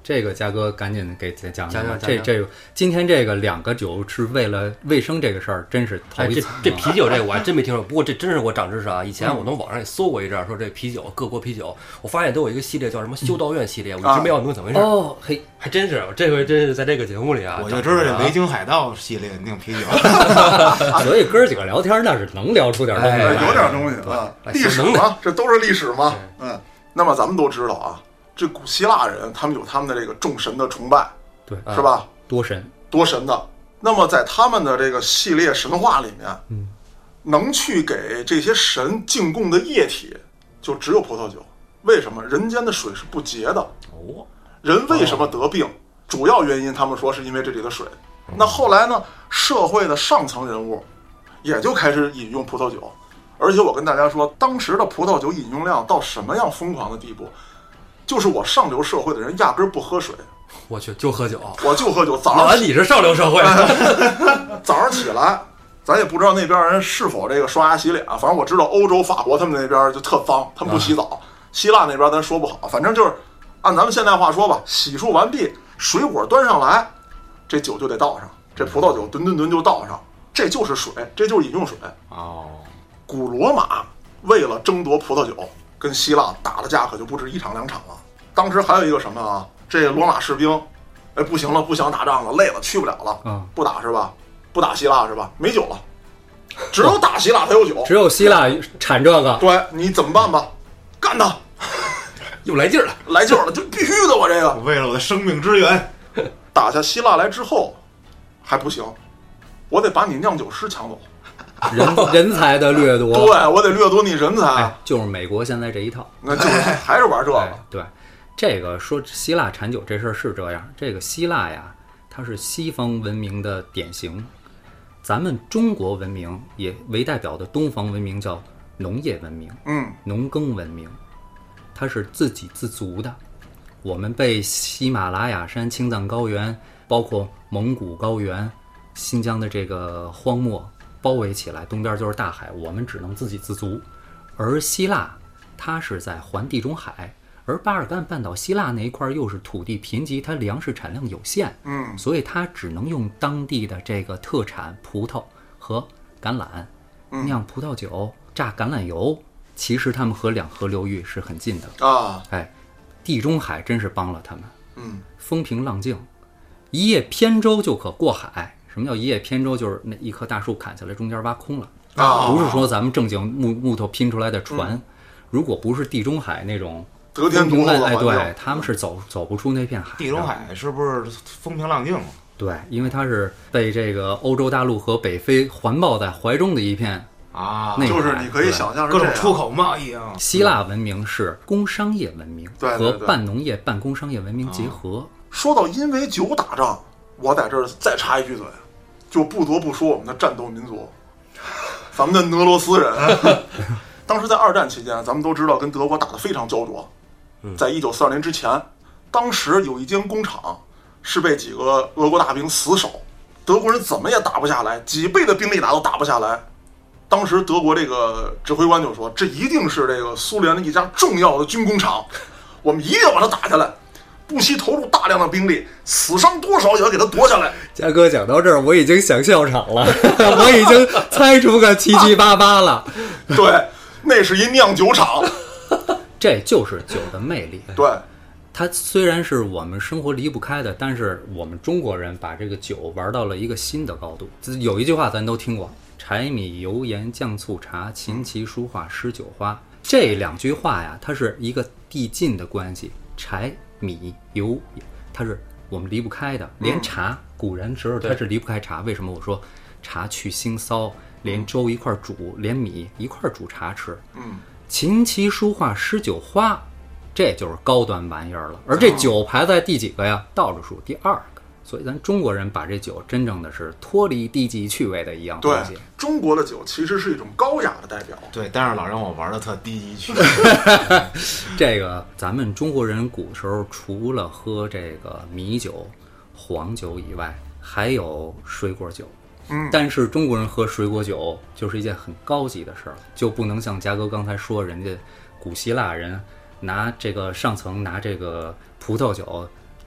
这个嘉哥赶紧给讲讲讲这这个今天这个两个酒是为了卫生这个事儿，真是头哎，这一次。 这啤酒这个我还真没听说，不过这真是我长知识啊！以前我从网上也搜过一阵儿，说这啤酒各国啤酒，我发现都有一个系列叫什么修道院系列，我一直没搞明白怎么回事。 哦，嘿， 还真是，我这回真是在这个节目里啊， 我就知道这长知识啊维京海盗系列那种啤酒， 所以哥儿几个聊天那是能聊出点东西哎来。 有点东西啊， 哎历史能耐嘛，这都是历史嘛。嗯，那么咱们都知道啊，这古希腊人他们有他们的这个众神的崇拜， 对， 是吧？ 多神。 多神的。那么在他们的这个系列神话里面， 嗯， 能去给这些神进贡的液体就只有葡萄酒。为什么？人间的水是不洁的。 哦， 人为什么得病？主要原因他们说是因为这里的水。那后来呢？社会的上层人物也就开始饮用葡萄酒，而且我跟大家说，当时的葡萄酒饮用量到什么样疯狂的地步？就是我上流社会的人压根儿不喝水， 我去，就喝酒。 我就喝酒。早老上安你是上流社会的， 早上起来，咱也不知道那边人是否这个刷牙洗脸，反正我知道欧洲法国他们那边就特脏，他们不洗澡。希腊那边咱说不好，反正就是按咱们现代话说吧，洗漱完毕，水果端上来，这酒就得倒上，这葡萄酒吨吨吨就倒上，这就是水，这就是饮用水。 哦， 古罗马为了争夺葡萄酒，跟希腊打的架可就不止一场两场了。当时还有一个什么啊？这罗马士兵，哎，不行了，不想打仗了，累了，去不了了， 嗯， 不打是吧？不打希腊是吧？没酒了，只有打希腊才有酒。 只有希腊产这个。 对，你怎么办吧？干他！ 又来劲儿了。 来劲儿了，就必须的，我这个为了我的生命之源， 打下希腊来之后还不行，我得把你酿酒师抢走。 人人才的掠夺。 对，我得掠夺你人才。 哎，就是美国现在这一套。 那就是还是玩这哎个。， 对，这个说希腊产酒这事儿是这样。这个希腊呀，它是西方文明的典型。咱们中国文明也为代表的东方文明叫农业文明、 嗯农耕文明，它是自给自足的。我们被喜马拉雅山、青藏高原，包括蒙古高原、新疆的这个荒漠包围起来，东边就是大海，我们只能自给自足。而希腊，它是在环地中海，而巴尔干半岛希腊那一块又是土地贫瘠，它粮食产量有限， 嗯所以它只能用当地的这个特产葡萄和橄榄酿葡萄酒、榨橄榄油。其实他们和两河流域是很近的， 啊哎，地中海真是帮了他们， 嗯风平浪静，一叶扁舟就可过海。什么叫一叶扁舟？就是那一棵大树砍下来，中间挖空了， 啊， 不是说咱们正经木木头拼出来的船。如果不是地中海那种得天独厚的哎， 环境。 对，他们是走走不出那片海的。 地中海是不是风平浪静？ 对，因为它是被这个欧洲大陆和北非环抱在怀中的一片。 啊， 那就是你可以想象是这样各种出口贸易啊。 希腊文明是工商业文明对对对和半农业半工商业文明结合。 说到因为酒打仗，我在这儿再插一句嘴，就不得不说我们的战斗民族，咱们的俄罗斯人。当时在二战期间，咱们都知道跟德国打得非常焦灼。在一九四二年之前，当时有一间工厂是被几个俄国大兵死守，德国人怎么也打不下来，几倍的兵力打都打不下来。当时德国这个指挥官就说：“这一定是这个苏联的一家重要的军工厂，我们一定要把它打下来，不惜投入大量的兵力，死伤多少也要给它夺下来。” 嘉哥讲到这儿，我已经想笑场了，我已经猜出个七七八八了。 对，那是一酿酒厂。 这就是酒的魅力。 对， 它虽然是我们生活离不开的，但是我们中国人把这个酒玩到了一个新的高度。有一句话咱都听过：柴米油盐酱醋茶，琴棋书画诗酒花。这两句话呀，它是一个递进的关系。柴米油，它是我们离不开的。连茶，古人时候它是离不开茶。为什么我说茶去腥骚？连粥一块煮，连米一块煮茶吃。 嗯， 琴棋书画诗酒花，这就是高端玩意儿了。而这酒排在第几个呀？倒着数第二个。所以咱中国人把这酒真正的是脱离低级趣味的一样东对西。， 中国的酒其实是一种高雅的代表。 对，但是老让我玩的特低级趣。 这个咱们中国人古时候除了喝这个米酒、黄酒以外，还有水果酒。 嗯， 但是中国人喝水果酒就是一件很高级的事儿，就不能像嘉哥刚才说，人家古希腊人拿这个上层拿这个葡萄酒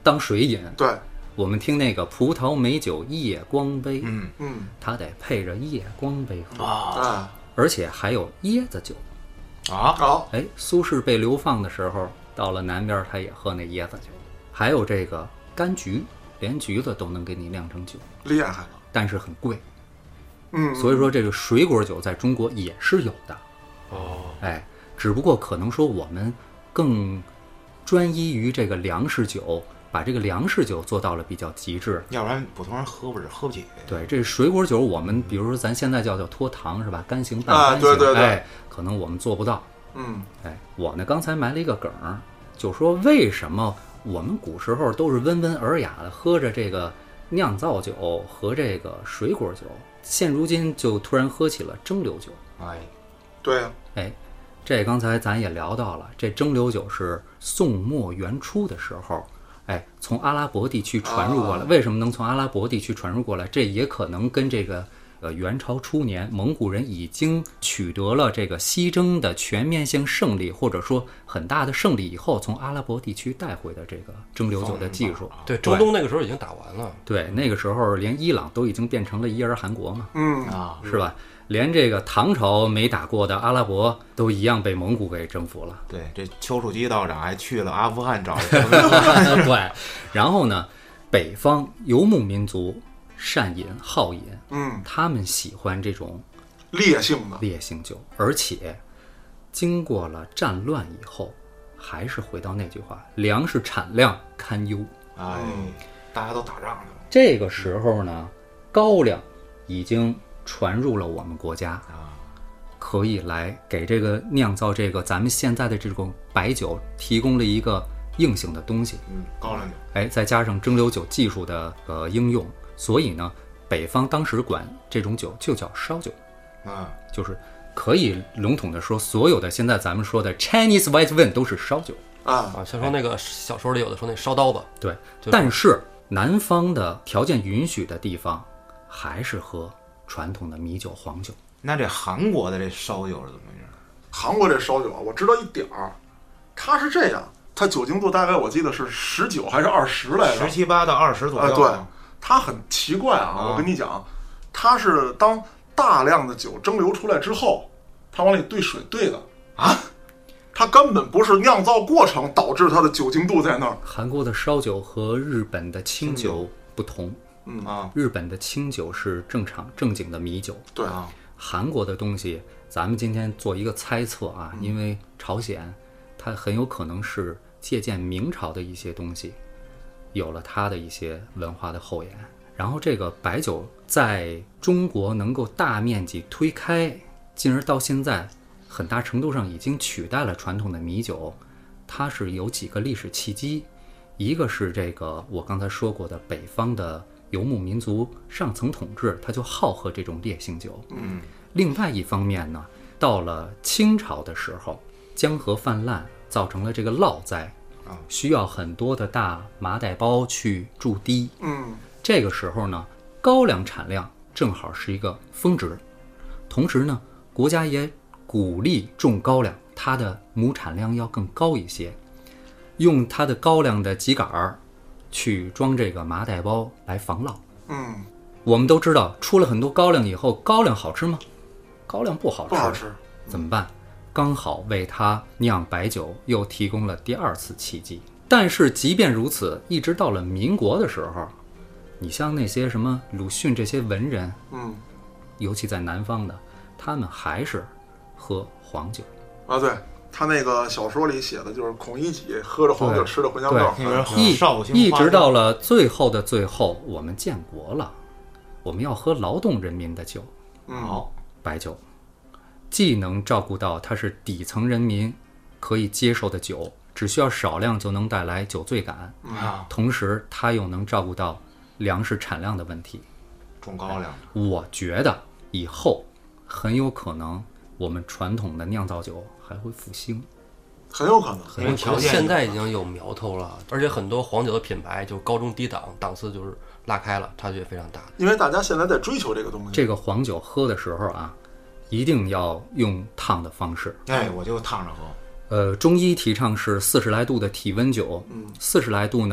当水饮。 对， 我们听那个葡萄美酒夜光杯， 嗯嗯它得配着夜光杯喝， 啊哎而且还有椰子酒。 啊， 好哎，苏轼被流放的时候，到了南边，他也喝那椰子酒。还有这个柑橘，连橘子都能给你酿成酒， 厉害了， 但是很贵。 嗯， 所以说这个水果酒在中国也是有的。 哦， 哎，只不过可能说我们更专一于这个粮食酒，把这个粮食酒做到了比较极致。 要不然普通人喝不是喝不起。 对，这水果酒我们比如说咱现在叫叫脱糖是吧？干型半啊干型， 对对对哎，可能我们做不到。 嗯哎，我呢刚才埋了一个梗儿，就说为什么我们古时候都是温文尔雅的喝着这个酿造酒和这个水果酒，现如今就突然喝起了蒸馏酒。 哎， 对呀， 哎，这刚才咱也聊到了，这蒸馏酒是宋末元初的时候，哎，从阿拉伯地区传入过来。 啊为什么能从阿拉伯地区传入过来？这也可能跟这个呃元朝初年蒙古人已经取得了这个西征的全面性胜利，或者说很大的胜利以后，从阿拉伯地区带回的这个蒸馏酒的技术。 对，中东那个时候已经打完了。 对，那个时候连伊朗都已经变成了伊尔汗国嘛， 嗯啊， 是吧？连这个唐朝没打过的阿拉伯都一样被蒙古给征服了。 对，这丘处机道长还去了阿富汗找人。 对，然后呢，北方游牧民族善饮好饮， 嗯， 他们喜欢这种烈性的， 烈性酒，而且经过了战乱以后，还是回到那句话，粮食产量堪忧。 哎，大家都打仗去了这个时候呢，高粱已经传入了我们国家， 啊， 可以来给这个酿造这个咱们现在的这种白酒提供了一个硬性的东西。 嗯，高粱酒。 哎，再加上蒸馏酒技术的呃应用，所以呢，北方当时管这种酒就叫烧酒， 啊， 就是可以笼统的说，所有的现在咱们说的 Chinese white wine 都是烧酒。 啊， 啊，像说那个小说里有的说那烧刀子， 对， 就是但是南方的条件允许的地方，还是喝传统的米酒、黄酒。 那这韩国的这烧酒是怎么回事？ 韩国这烧酒啊，我知道一点儿，它是这样，它酒精度大概我记得是十九还是二十来着十，七八到二十左啊， 右。 对，它很奇怪啊， 啊我跟你讲，它是当大量的酒蒸馏出来之后，它往里兑水兑的啊，它根本不是酿造过程导致它的酒精度在那儿。 韩国的烧酒和日本的清酒不同， 嗯啊日本的清酒是正常正经的米酒， 对啊， 韩国的东西，咱们今天做一个猜测啊，因为朝鲜它很有可能是借鉴明朝的一些东西，有了它的一些文化的后延。然后这个白酒在中国能够大面积推开，进而到现在很大程度上已经取代了传统的米酒，它是有几个历史契机。一个是这个我刚才说过的北方的游牧民族上层统治，他就好喝这种烈性酒。 嗯， 另外一方面呢，到了清朝的时候，江河泛滥，造成了这个涝灾啊， 需要很多的大麻袋包去筑堤。 嗯这个时候呢，高粱产量正好是一个峰值，同时呢，国家也鼓励种高粱，它的亩产量要更高一些，用它的高粱的秸秆儿去装这个麻袋包来防涝。 嗯， 我们都知道，出了很多高粱以后，高粱好吃吗？高粱不好吃， 不好吃。 怎么办？刚好为它酿白酒又提供了第二次契机。但是即便如此，一直到了民国的时候，你像那些什么鲁迅这些文人， 嗯尤其在南方的，他们还是喝黄酒。 啊，对他那个小说里写的就是孔乙己喝着黄酒对吃着茴香豆， 那边一绍兴一直花椒到了最后的最后，我们建国了，我们要喝劳动人民的酒， 嗯， 好， 白酒，既能照顾到它是底层人民可以接受的酒，只需要少量就能带来酒醉感， 啊， 同时它又能照顾到粮食产量的问题。 种高粱。 我觉得以后很有可能我们传统的酿造酒还会复兴。 很有可能。 因为条件现在已经有苗头了，而且很多黄酒的品牌就高中低档，档次就是拉开了，差距也非常大。 因为大家现在在追求这个东西。 这个黄酒喝的时候啊，一定要用烫的方式。 哎，我就烫着喝。 呃，中医提倡是四十来度的体温酒， 嗯四十来度呢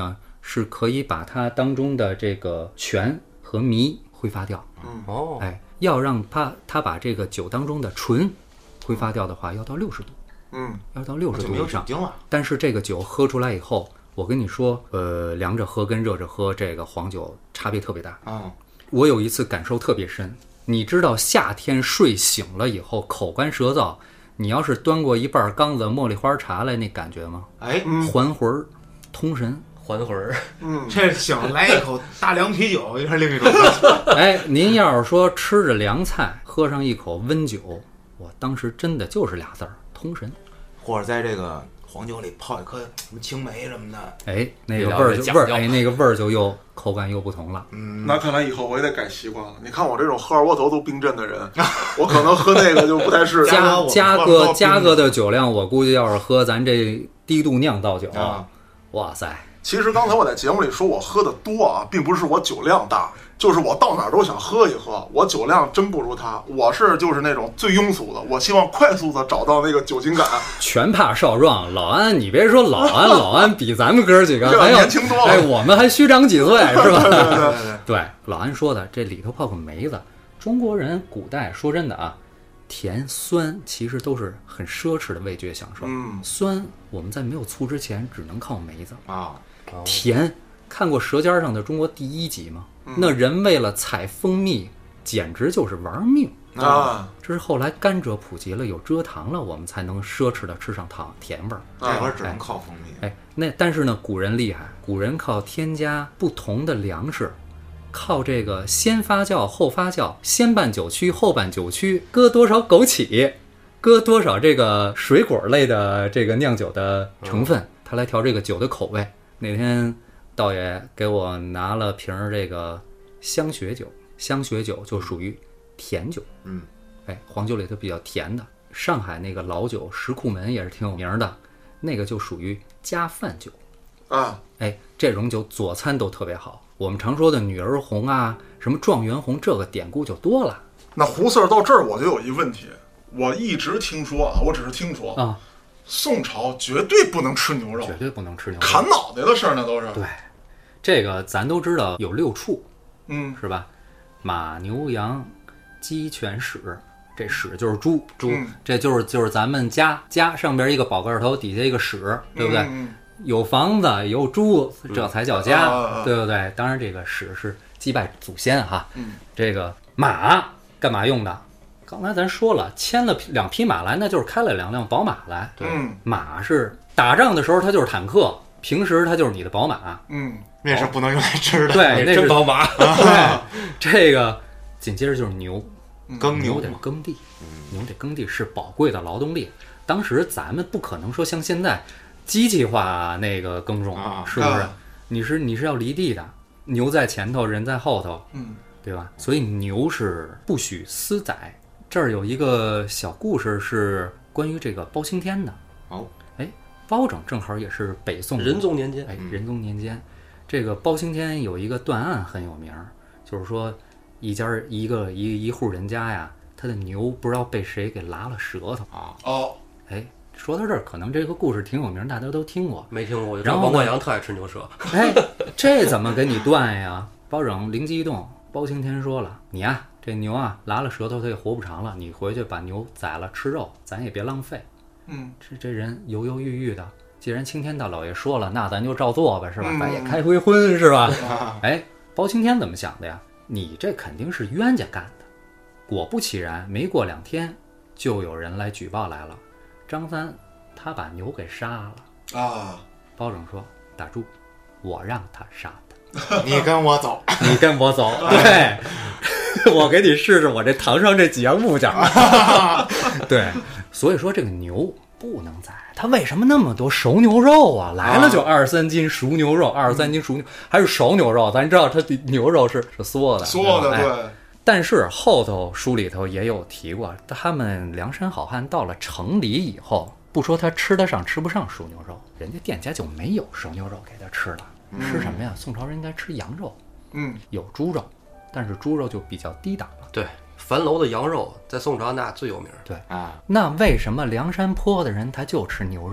是可以把它当中的这个醛和醚挥发掉。 哦， 哎，要让它它把这个酒当中的醇挥发掉的话，要到六十度， 嗯， 要到六十就没有度以上。 酒精了。 但是这个酒喝出来以后，我跟你说，呃，凉着喝跟热着喝，这个黄酒差别特别大。 嗯， 我有一次感受特别深，你知道夏天睡醒了以后口干舌燥，你要是端过一半缸子茉莉花茶来，那感觉吗？ 哎， 还魂儿，通神。 还魂儿。 这醒来一口大凉啤酒，又是另一种感觉。 哎，您要是说吃着凉菜，喝上一口温酒，我当时真的就是俩字儿，通神。 或者在这个黄酒里泡一颗什么青梅什么的， 哎，那个味这儿就味儿， 讲究哎，那个味儿就又口感又不同了。 嗯， 那看来以后我也得改习惯了。你看我这种喝二锅头都冰镇的人，我可能喝那个就不太适应。 嘉嘉哥嘉我哥喝嘉哥的酒量，我估计要是喝咱这低度酿造酒， 啊哇塞！ 其实刚才我在节目里说我喝的多啊，并不是我酒量大，就是我到哪儿都想喝一喝。我酒量真不如他，我是就是那种最庸俗的，我希望快速的找到那个酒精感。 全怕少壮，老安，你别说老安，老安比咱们哥几个这还要年轻多了哎，我们还虚长几岁是吧？ 对对对对对， 对，老安说的这里头泡个梅子，中国人古代说真的啊，甜酸其实都是很奢侈的味觉享受。 嗯酸我们在没有醋之前只能靠梅子， 啊， 甜看过《舌尖上的中国》第一集吗？那人为了采蜂蜜，简直就是玩命。 啊， 这是后来甘蔗普及了，有蔗糖了，我们才能奢侈的吃上糖甜味儿。 这会儿只能靠蜂蜜。 哎，那但是呢，古人厉害，古人靠添加不同的粮食，靠这个先发酵后发酵，先拌酒曲后拌酒曲，搁多少枸杞，搁多少这个水果类的这个酿酒的成分，它来调这个酒的口味。那天道爷给我拿了瓶儿这个香雪酒，香雪酒就属于甜酒， 嗯， 哎，黄酒里头比较甜的。上海那个老酒石库门也是挺有名的，那个就属于加饭酒。 啊， 哎，这种酒佐餐都特别好。我们常说的女儿红啊，什么状元红，这个典故就多了那胡四儿到这儿我就有一问题，我一直听说啊，我只是听说， 啊， 宋朝绝对不能吃牛肉， 绝对不能吃牛肉。 砍脑袋的事儿那都是。 对，这个咱都知道有六畜， 嗯是吧？马、牛、羊、鸡、犬、豕，这豕就是猪，猪， 嗯这就是就是咱们家家上边一个宝盖头，底下一个豕，对不对？ 嗯有房子有猪，这才叫家， 啊啊啊对不对？当然，这个豕是祭拜祖先哈。 嗯， 这个马干嘛用的？刚才咱说了，牵了匹两匹马来，那就是开了两辆宝马来。 嗯马是打仗的时候它就是坦克，平时它就是你的宝马。 嗯那是不能用来吃的。 对，那是真宝马。 对，这个紧接着就是牛， 耕牛牛得耕地，牛得耕地是宝贵的劳动力。当时咱们不可能说像现在机器化那个耕种， 啊是不是？ 啊你是你是要犁地的，牛在前头，人在后头， 嗯对吧？所以牛是不许私宰。这儿有一个小故事是关于这个包青天的。 哦， 哎，包拯正好也是北宋仁宗年间， 哎，仁宗年间，这个包青天有一个断案很有名儿，就是说一家儿一个一一户人家呀，他的牛不知道被谁给拉了舌头啊。 哦， 哎，说到这儿，可能这个故事挺有名，大家都听过。 没听过。我就知然后呢道王冠阳特爱吃牛舌。 哎，这怎么给你断呀？包拯灵机一动，包青天说了，你呀、这牛啊拉了舌头，它也活不长了，你回去把牛宰了吃肉，咱也别浪费。 嗯这这人犹犹豫豫的，既然青天大老爷说了，那咱就照做吧，是吧？ 嗯咱也开回荤，是吧？哎，包青天怎么想的呀？你这肯定是冤家干的。果不其然，没过两天，就有人来举报来了，张三他把牛给杀了。 啊， 包拯说：“打住，我让他杀的。 你跟我走。 你跟我走，对，我给你试试我这堂上这几样物件。对，所以说这个牛不能宰，它为什么那么多熟牛肉啊？来了就二十三斤熟牛肉，二十三斤熟牛还是熟牛肉，咱知道它的牛肉是是缩的， 说的哎对， 但是后头书里头也有提过，他们梁山好汉到了城里以后，不说他吃得上吃不上熟牛肉，人家店家就没有熟牛肉给他吃了，吃什么呀？宋朝人应该吃羊肉， 嗯有猪肉，但是猪肉就比较低档了。 对，樊楼的羊肉在宋朝那最有名。 对啊， 那为什么梁山泊的人他就吃牛肉啊？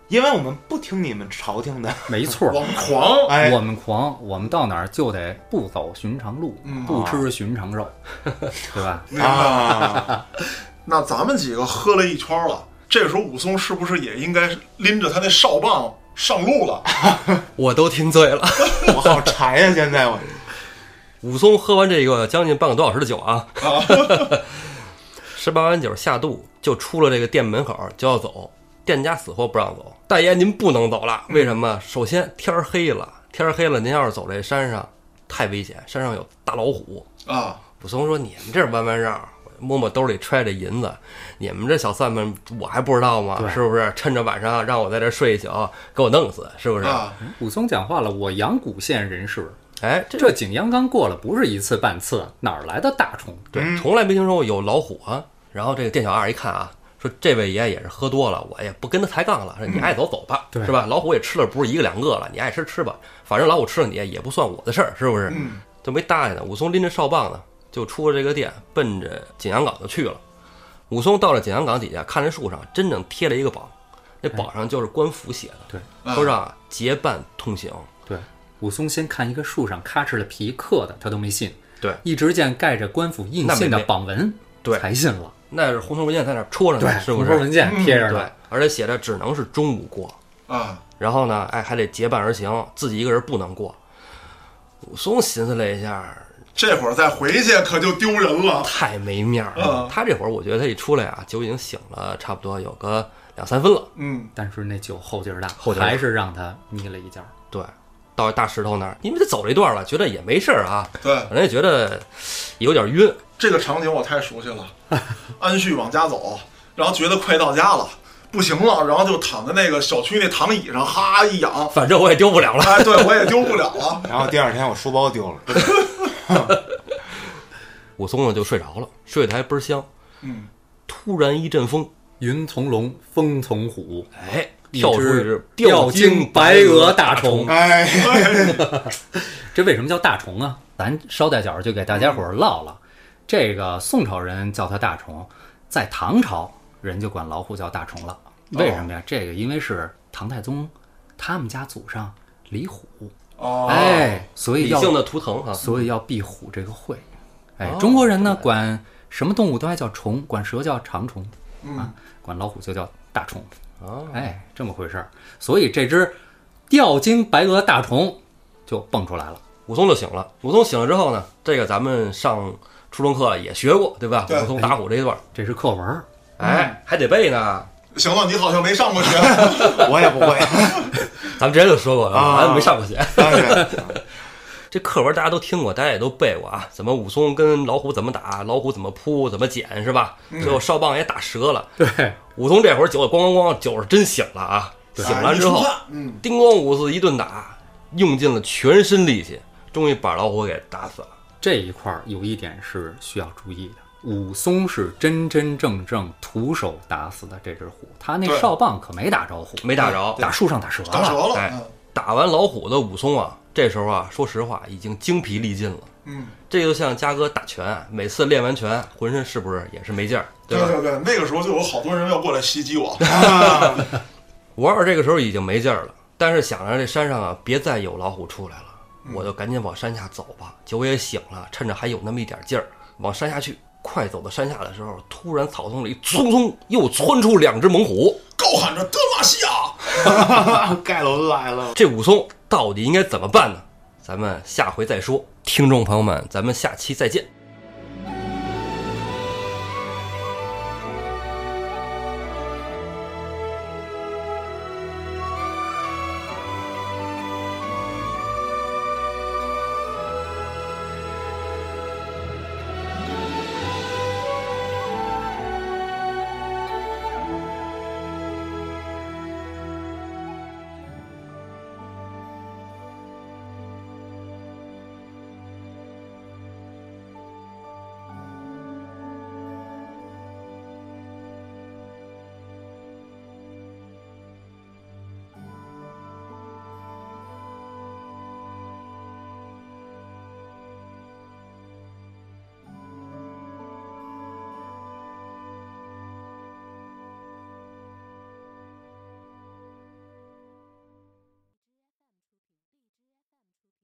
因为我们不听你们朝廷的。 没错， 我们狂， 哎， 我们狂，我们到哪儿就得不走寻常路， 嗯不吃寻常肉，对吧？ 明白啊， 那咱们几个喝了一圈了，这时候武松是不是也应该拎着他那哨棒上路了？ 我都听醉了。 我好馋呀！现在我武松喝完这个将近半个多小时的酒啊，吃八碗酒下肚，就出了这个店门口就要走。店家死活不让走，大爷您不能走了。为什么？首先天儿黑了，天儿黑了，您要是走这山上太危险，山上有大老虎啊！ 武松说：“你们这弯弯绕，摸摸兜里揣着银子，你们这小散们我还不知道吗？是不是？趁着晚上让我在这睡一宿，给我弄死，是不是？” 啊、 武松讲话了：“我阳谷县人士， 哎，这这景阳冈过了不是一次半次，哪儿来的大虫？ 对，从来没听说过有老虎啊。”然后这个店小二一看啊，说这位爷也是喝多了，我也不跟他抬杠了，说你爱走走吧， 嗯、 是吧？老虎也吃了不是一个两个了，你爱吃吃吧，反正老虎吃了你也不算我的事儿，是不是？ 嗯， 就没答应呢。武松拎着哨棒呢，就出了这个店，奔着景阳冈就去了。武松到了景阳冈底下，看这树上真正贴了一个榜，那榜上就是官府写的， 对， 说让结伴同行。 对，武松先看一个树上咔哧的皮刻的，他都没信， 对， 一直见盖着官府印信的榜文， 对， 才信了。 那是红头文件在那戳着呢，是不是？ 红头文件贴着呢、 嗯，对，而且写的只能是中午过啊。 然后呢，哎，还得结伴而行，自己一个人不能过。武松寻思了一下， 这会儿再回去可就丢人了， 太没面了。 嗯、 他这会儿，我觉得他一出来啊，酒已经醒了，差不多有个两三分了。 嗯， 但是那酒后劲儿大， 后劲儿还是让他眯了一觉。 对，到大石头那儿，因为他走了一段了，觉得也没事儿啊。 对， 反正也觉得有点晕。 这个场景我太熟悉了，安旭往家走，然后觉得快到家了，不行了，然后就躺在那个小区那躺椅上，哈一仰， 反正我也丢不了了。 哎，对我也丢不了了。 然后第二天我书包丢了， 武松呢就睡着了，睡得还倍儿香。 嗯， 突然一阵风， 云从龙，风从虎， 哎，跳出一只吊睛白额大虫。 哎， 这为什么叫大虫啊？咱捎带脚就给大家伙儿唠唠。这个宋朝人叫它大虫，在唐朝人就管老虎叫大虫了。为什么呀？哦、这个因为是唐太宗他们家祖上李虎， 哦， 哎，所以要理性的图腾啊， 所以要避虎这个讳。哎，中国人呢管什么动物都爱叫虫，管蛇叫长虫， 嗯、 啊，管老虎就叫大虫。 哦， 哎，这么回事儿。所以这只吊睛白额大虫就蹦出来了。 武松就醒了。武松醒了之后呢，这个咱们上初中课也学过，对吧？ 对， 武松打虎这一段， 这是课文， 哎，还得背呢。 行了，你好像没上过学， 我也不会。 咱们之前就说过了， 啊、 咱没上过学。 啊、 这课文大家都听过，大家也都背过啊。怎么武松跟老虎怎么打，老虎怎么扑，怎么捡，是吧？ 嗯、 最后哨棒也打折了。 对， 武松这会儿酒咣咣咣，酒是真醒了啊！醒了之后， 嗯， 叮咣五四一顿打，用尽了全身力气，终于把老虎给打死了。 这一块有一点是需要注意的。武松是真真正正徒手打死的这只虎，他那哨棒可没打着虎， 没打着， 打树上打折了。 打折了。 哎，打完老虎的武松啊，这时候啊，说实话已经精疲力尽了。 嗯， 这就像嘉哥打拳，每次练完拳，浑身是不是也是没劲儿？ 对吧？ 对对，那个时候就有好多人要过来袭击我。 武二这个时候已经没劲儿了，但是想着这山上啊，别再有老虎出来了， 嗯、 我就赶紧往山下走吧。酒也醒了，趁着还有那么一点劲儿，往山下去。快走到山下的时候，突然草丛里匆匆又窜出两只猛虎， 高喊着德玛西亚， 盖伦来了。 这武松到底应该怎么办呢？咱们下回再说。听众朋友们，咱们下期再见。